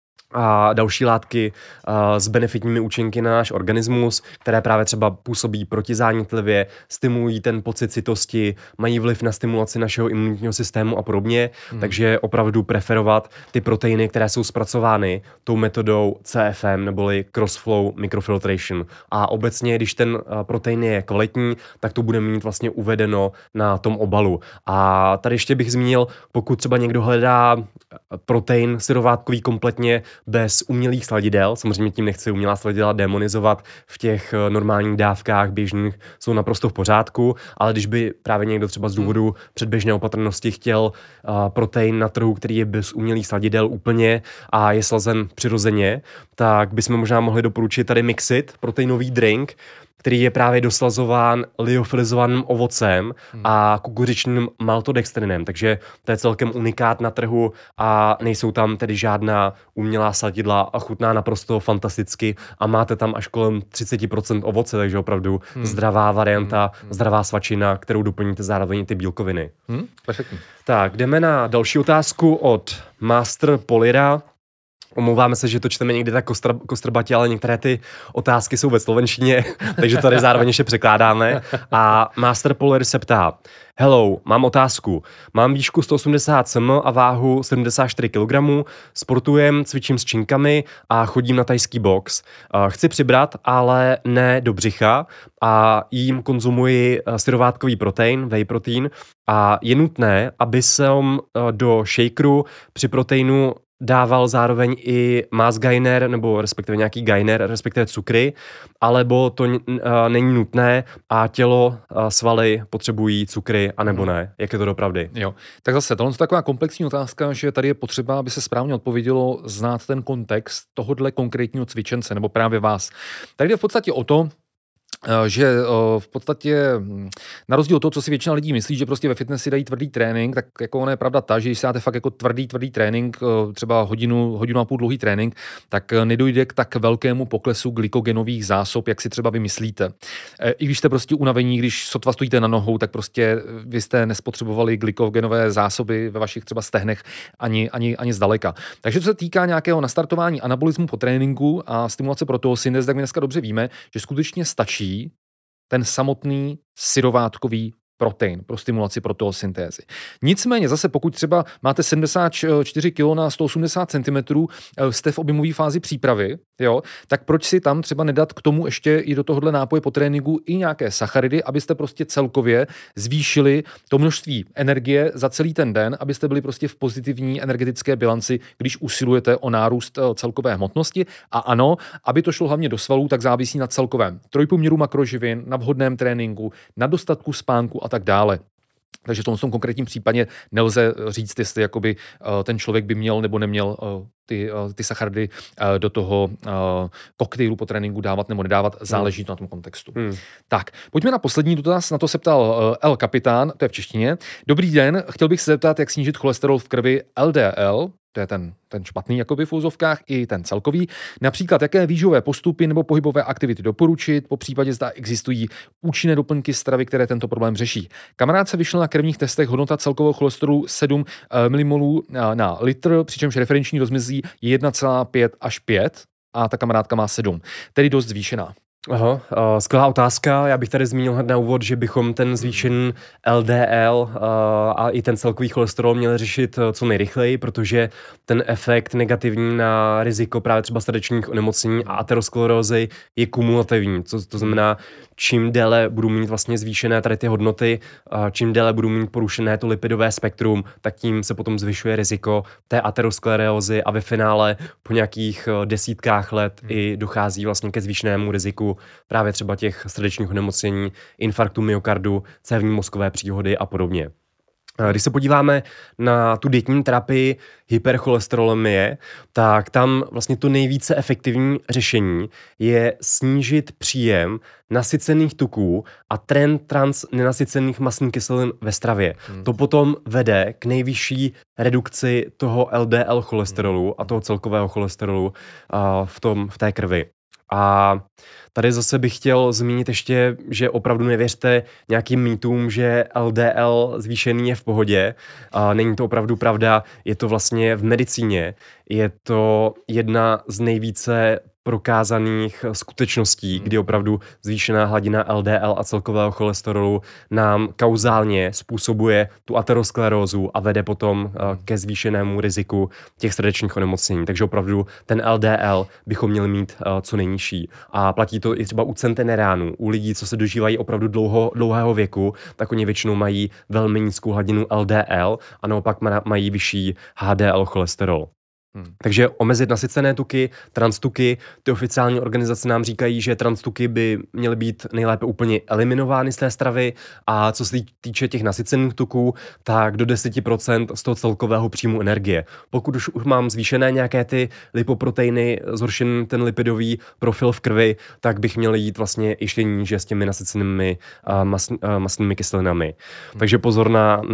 Speaker 2: a další látky s benefitními účinky na náš organismus, které právě třeba působí protizánětlivě, stimulují ten pocit sytosti, mají vliv na stimulaci našeho imunitního systému a podobně, takže opravdu preferovat ty proteiny, které jsou zpracovány tou metodou CFM neboli Cross-Flow Microfiltration. A obecně, když ten protein je kvalitní, tak to bude mít vlastně uvedeno na tom obalu. A tady ještě bych zmínil, pokud třeba někdo hledá protein syrovátkový kompletně bez umělých sladidel, samozřejmě tím nechci umělá sladidla demonizovat, v těch normálních dávkách běžných jsou naprosto v pořádku, ale když by právě někdo třeba z důvodu předběžné opatrnosti chtěl protein na trhu, který je bez umělých sladidel úplně a je slazen přirozeně, tak bychom možná mohli doporučit tady Mixit, proteinový drink, který je právě doslazován liofilizovaným ovocem a kukuřičným maltodextrinem, takže to je celkem unikát na trhu a nejsou tam tedy žádná umělá sladidla a chutná naprosto fantasticky a máte tam až kolem 30% ovoce, takže opravdu zdravá varianta, zdravá svačina, kterou doplníte zároveň ty bílkoviny.
Speaker 1: Perfektní.
Speaker 2: Tak, jdeme na další otázku od Master Polira. Omlouváme se, že to čteme někdy tak kostrbatě, ale některé ty otázky jsou ve slovenštině, takže tady zároveň ještě překládáme. A Master Poler se ptá: Hello, mám otázku. Mám výšku 180 cm a váhu 74 kg, sportujem, cvičím s činkami a chodím na thajský box. Chci přibrat, ale ne do břicha a jím konzumuji syrovátkový protein, whey protein a je nutné, aby jsem do shakeru při proteinu dával zároveň i mass gainer, nebo respektive nějaký gainer, respektive cukry, alebo to není nutné a tělo, svaly potřebují cukry, anebo ne. Jak je to dopravdy?
Speaker 1: Jo, tak zase, tohle je taková komplexní otázka, že tady je potřeba, aby se správně odpovědělo, znát ten kontext tohodle konkrétního cvičence, nebo právě vás. Tady jde v podstatě o to, že v podstatě na rozdíl od toho, co si většina lidí myslí, že prostě ve fitnessi dají tvrdý trénink, tak jako ona je pravda ta, že když si dáte fakt jako tvrdý trénink, třeba hodinu a půl dlouhý trénink, tak nedojde k tak velkému poklesu glykogenových zásob, jak si třeba vy myslíte. I když jste prostě unavení, když sotva stojíte na nohou, tak prostě vy jste nespotřebovali glykogenové zásoby ve vašich třeba stehnech ani zdaleka. Takže co se týká nějakého nastartování anabolismu po tréninku a stimulace proteosyntézy, tak my dneska dobře víme, že skutečně stačí ten samotný syrovátkový protein pro stimulaci proteosyntézy. Nicméně zase pokud třeba máte 74 kg na 180 cm, jste v objemové fázi přípravy, jo, tak proč si tam třeba nedat k tomu ještě i do tohohle nápoje po tréninku i nějaké sacharidy, abyste prostě celkově zvýšili to množství energie za celý ten den, abyste byli prostě v pozitivní energetické bilanci, když usilujete o nárůst celkové hmotnosti. A ano, aby to šlo hlavně do svalů, tak závisí na celkovém trojpoměru makroživin, na vhodném tréninku, na dostatku spánku a tak dále. Takže v tom konkrétním případě nelze říct, jestli jakoby ten člověk by měl nebo neměl ty sacharidy do toho koktejlu po tréninku dávat nebo nedávat, záleží to na tom kontextu. Tak, pojďme na poslední dotaz, na to se ptal L. Kapitán, to je v češtině. Dobrý den, chtěl bych se zeptat, jak snížit cholesterol v krvi LDL, to je ten špatný jakoby v úzovkách, i ten celkový. Například, jaké výživové postupy nebo pohybové aktivity doporučit, po případě zda existují účinné doplňky stravy, které tento problém řeší. Kamarád se vyšel na krevních testech hodnota celkového cholesterolu 7 mmol na litr, přičemž referenční rozmezí je 1,5 až 5 a ta kamarádka má 7, tedy dost zvýšená.
Speaker 2: Aha, skvělá otázka. Já bych tady zmínil hned na úvod, že bychom ten zvýšený LDL a i ten celkový cholesterol měli řešit co nejrychleji, protože ten efekt negativní na riziko právě třeba srdečních onemocnění a aterosklerózy je kumulativní. To znamená, čím déle budu mít vlastně zvýšené tady ty hodnoty, čím déle budu mít porušené to lipidové spektrum, tak tím se potom zvyšuje riziko té aterosklerózy a ve finále po nějakých desítkách let i dochází vlastně ke zvýšenému riziku právě třeba těch srdečních onemocnění, infarktu myokardu, cévní mozkové příhody a podobně. Když se podíváme na tu dietní terapii hypercholesterolemie, tak tam vlastně to nejvíce efektivní řešení je snížit příjem nasycených tuků a trend nenasycených mastných kyselin ve stravě. To potom vede k nejvyšší redukci toho LDL cholesterolu a toho celkového cholesterolu v té krvi. A tady zase bych chtěl zmínit ještě, že opravdu nevěřte nějakým mýtům, že LDL zvýšený je v pohodě. Není to opravdu pravda, je to vlastně v medicíně. Je to jedna z nejvíce prokázaných skutečností, kdy opravdu zvýšená hladina LDL a celkového cholesterolu nám kauzálně způsobuje tu aterosklerózu a vede potom ke zvýšenému riziku těch srdečních onemocnění. Takže opravdu ten LDL bychom měli mít co nejnižší. A platí to i třeba u centenariánů, u lidí, co se dožívají opravdu dlouhého věku, tak oni většinou mají velmi nízkou hladinu LDL a naopak mají vyšší HDL cholesterol. Takže omezit nasycené tuky, transtuky. Ty oficiální organizace nám říkají, že transtuky by měly být nejlépe úplně eliminovány z té stravy a co se týče těch nasycených tuků, tak do 10% z toho celkového příjmu energie. Pokud už mám zvýšené nějaké ty lipoproteiny, zhoršený ten lipidový profil v krvi, tak bych měl jít vlastně ještě níže s těmi nasycenými mastnými kyselinami. Takže pozor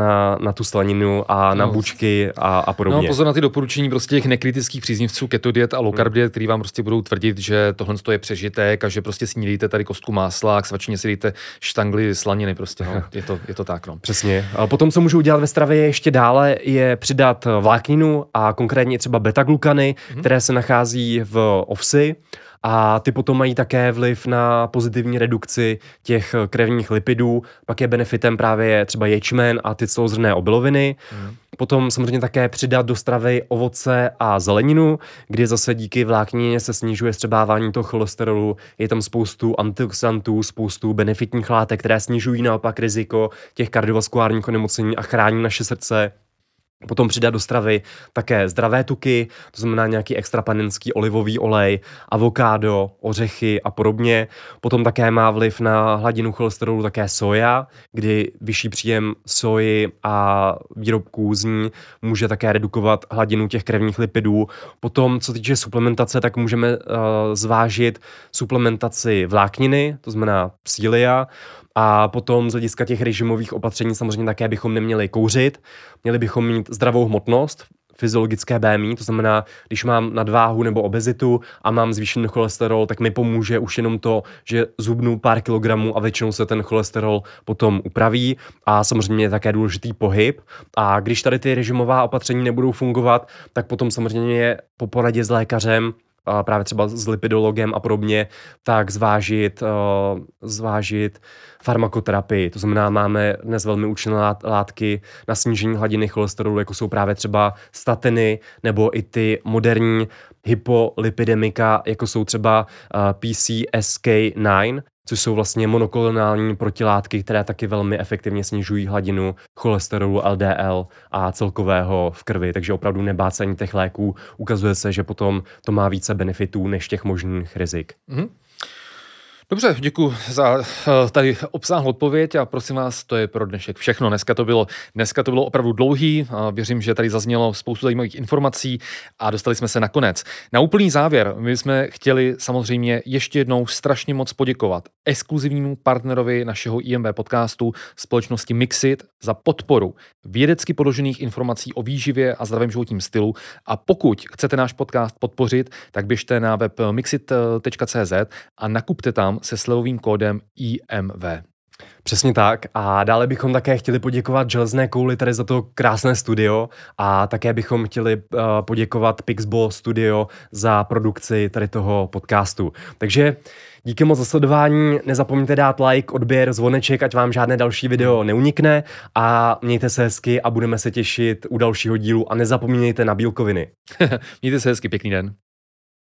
Speaker 2: na tu slaninu a na bučky a podobně.
Speaker 1: No, pozor na ty doporučení prostě těch nekritických příznivců keto diet a low carb diet, který vám prostě budou tvrdit, že tohle je přežitek a že prostě snídejte tady kostku másla a k svačině si dejte štangly slaniny prostě, no. Je to tak, no.
Speaker 2: Přesně. A potom, co můžu udělat ve stravě ještě dále, je přidat vlákninu a konkrétně třeba beta-glukany, které se nachází v ovsi. A ty potom mají také vliv na pozitivní redukci těch krevních lipidů. Pak je benefitem právě třeba ječmen a ty celozrnné obiloviny. Potom samozřejmě také přidat do stravy ovoce a zeleninu, kdy zase díky vláknině se snižuje střebávání toho cholesterolu. Je tam spoustu antioxidantů, spoustu benefitních látek, které snižují naopak riziko těch kardiovaskulárních onemocnění a chrání naše srdce. Potom přidat do stravy také zdravé tuky, to znamená nějaký extrapanenský olivový olej, avokádo, ořechy a podobně. Potom také má vliv na hladinu cholesterolu také soja, kdy vyšší příjem soji a výrobků z ní může také redukovat hladinu těch krevních lipidů. Potom, co týče suplementace, tak můžeme zvážit suplementaci vlákniny, to znamená psyllia. A potom z hlediska těch režimových opatření samozřejmě také bychom neměli kouřit, měli bychom mít zdravou hmotnost, fyziologické BMI, to znamená, když mám nadváhu nebo obezitu a mám zvýšený cholesterol, tak mi pomůže už jenom to, že zhubnu pár kilogramů a většinou se ten cholesterol potom upraví a samozřejmě je také důležitý pohyb. A když tady ty režimová opatření nebudou fungovat, tak potom samozřejmě po poradě s lékařem, právě třeba s lipidologem a podobně, tak zvážit farmakoterapii. To znamená, máme dnes velmi účinné látky na snížení hladiny cholesterolu, jako jsou právě třeba statiny nebo i ty moderní hypolipidemika, jako jsou třeba PCSK9, což jsou vlastně monoklonální protilátky, které taky velmi efektivně snižují hladinu cholesterolu, LDL a celkového v krvi. Takže opravdu nebát se ani těch léků. Ukazuje se, že potom to má více benefitů než těch možných rizik.
Speaker 1: Dobře, děkuji za tady obsáhlou odpověď a prosím vás, to je pro dnešek všechno. Dneska to bylo opravdu dlouhý, věřím, že tady zaznělo spoustu zajímavých informací a dostali jsme se na konec. Na úplný závěr, my jsme chtěli samozřejmě ještě jednou strašně moc poděkovat exkluzivnímu partnerovi našeho IMV podcastu společnosti Mixit za podporu vědecky podložených informací o výživě a zdravém životním stylu. A pokud chcete náš podcast podpořit, tak běžte na web mixit.cz a nakupte tam se slevovým kódem IMV.
Speaker 2: Přesně tak a dále bychom také chtěli poděkovat Železné kouli tady za to krásné studio a také bychom chtěli poděkovat Pixbo Studio za produkci tady toho podcastu. Takže díky moc za sledování, nezapomeňte dát like, odběr, zvoneček, ať vám žádné další video neunikne a mějte se hezky a budeme se těšit u dalšího dílu a nezapomínejte na bílkoviny.
Speaker 1: Mějte se hezky, pěkný den.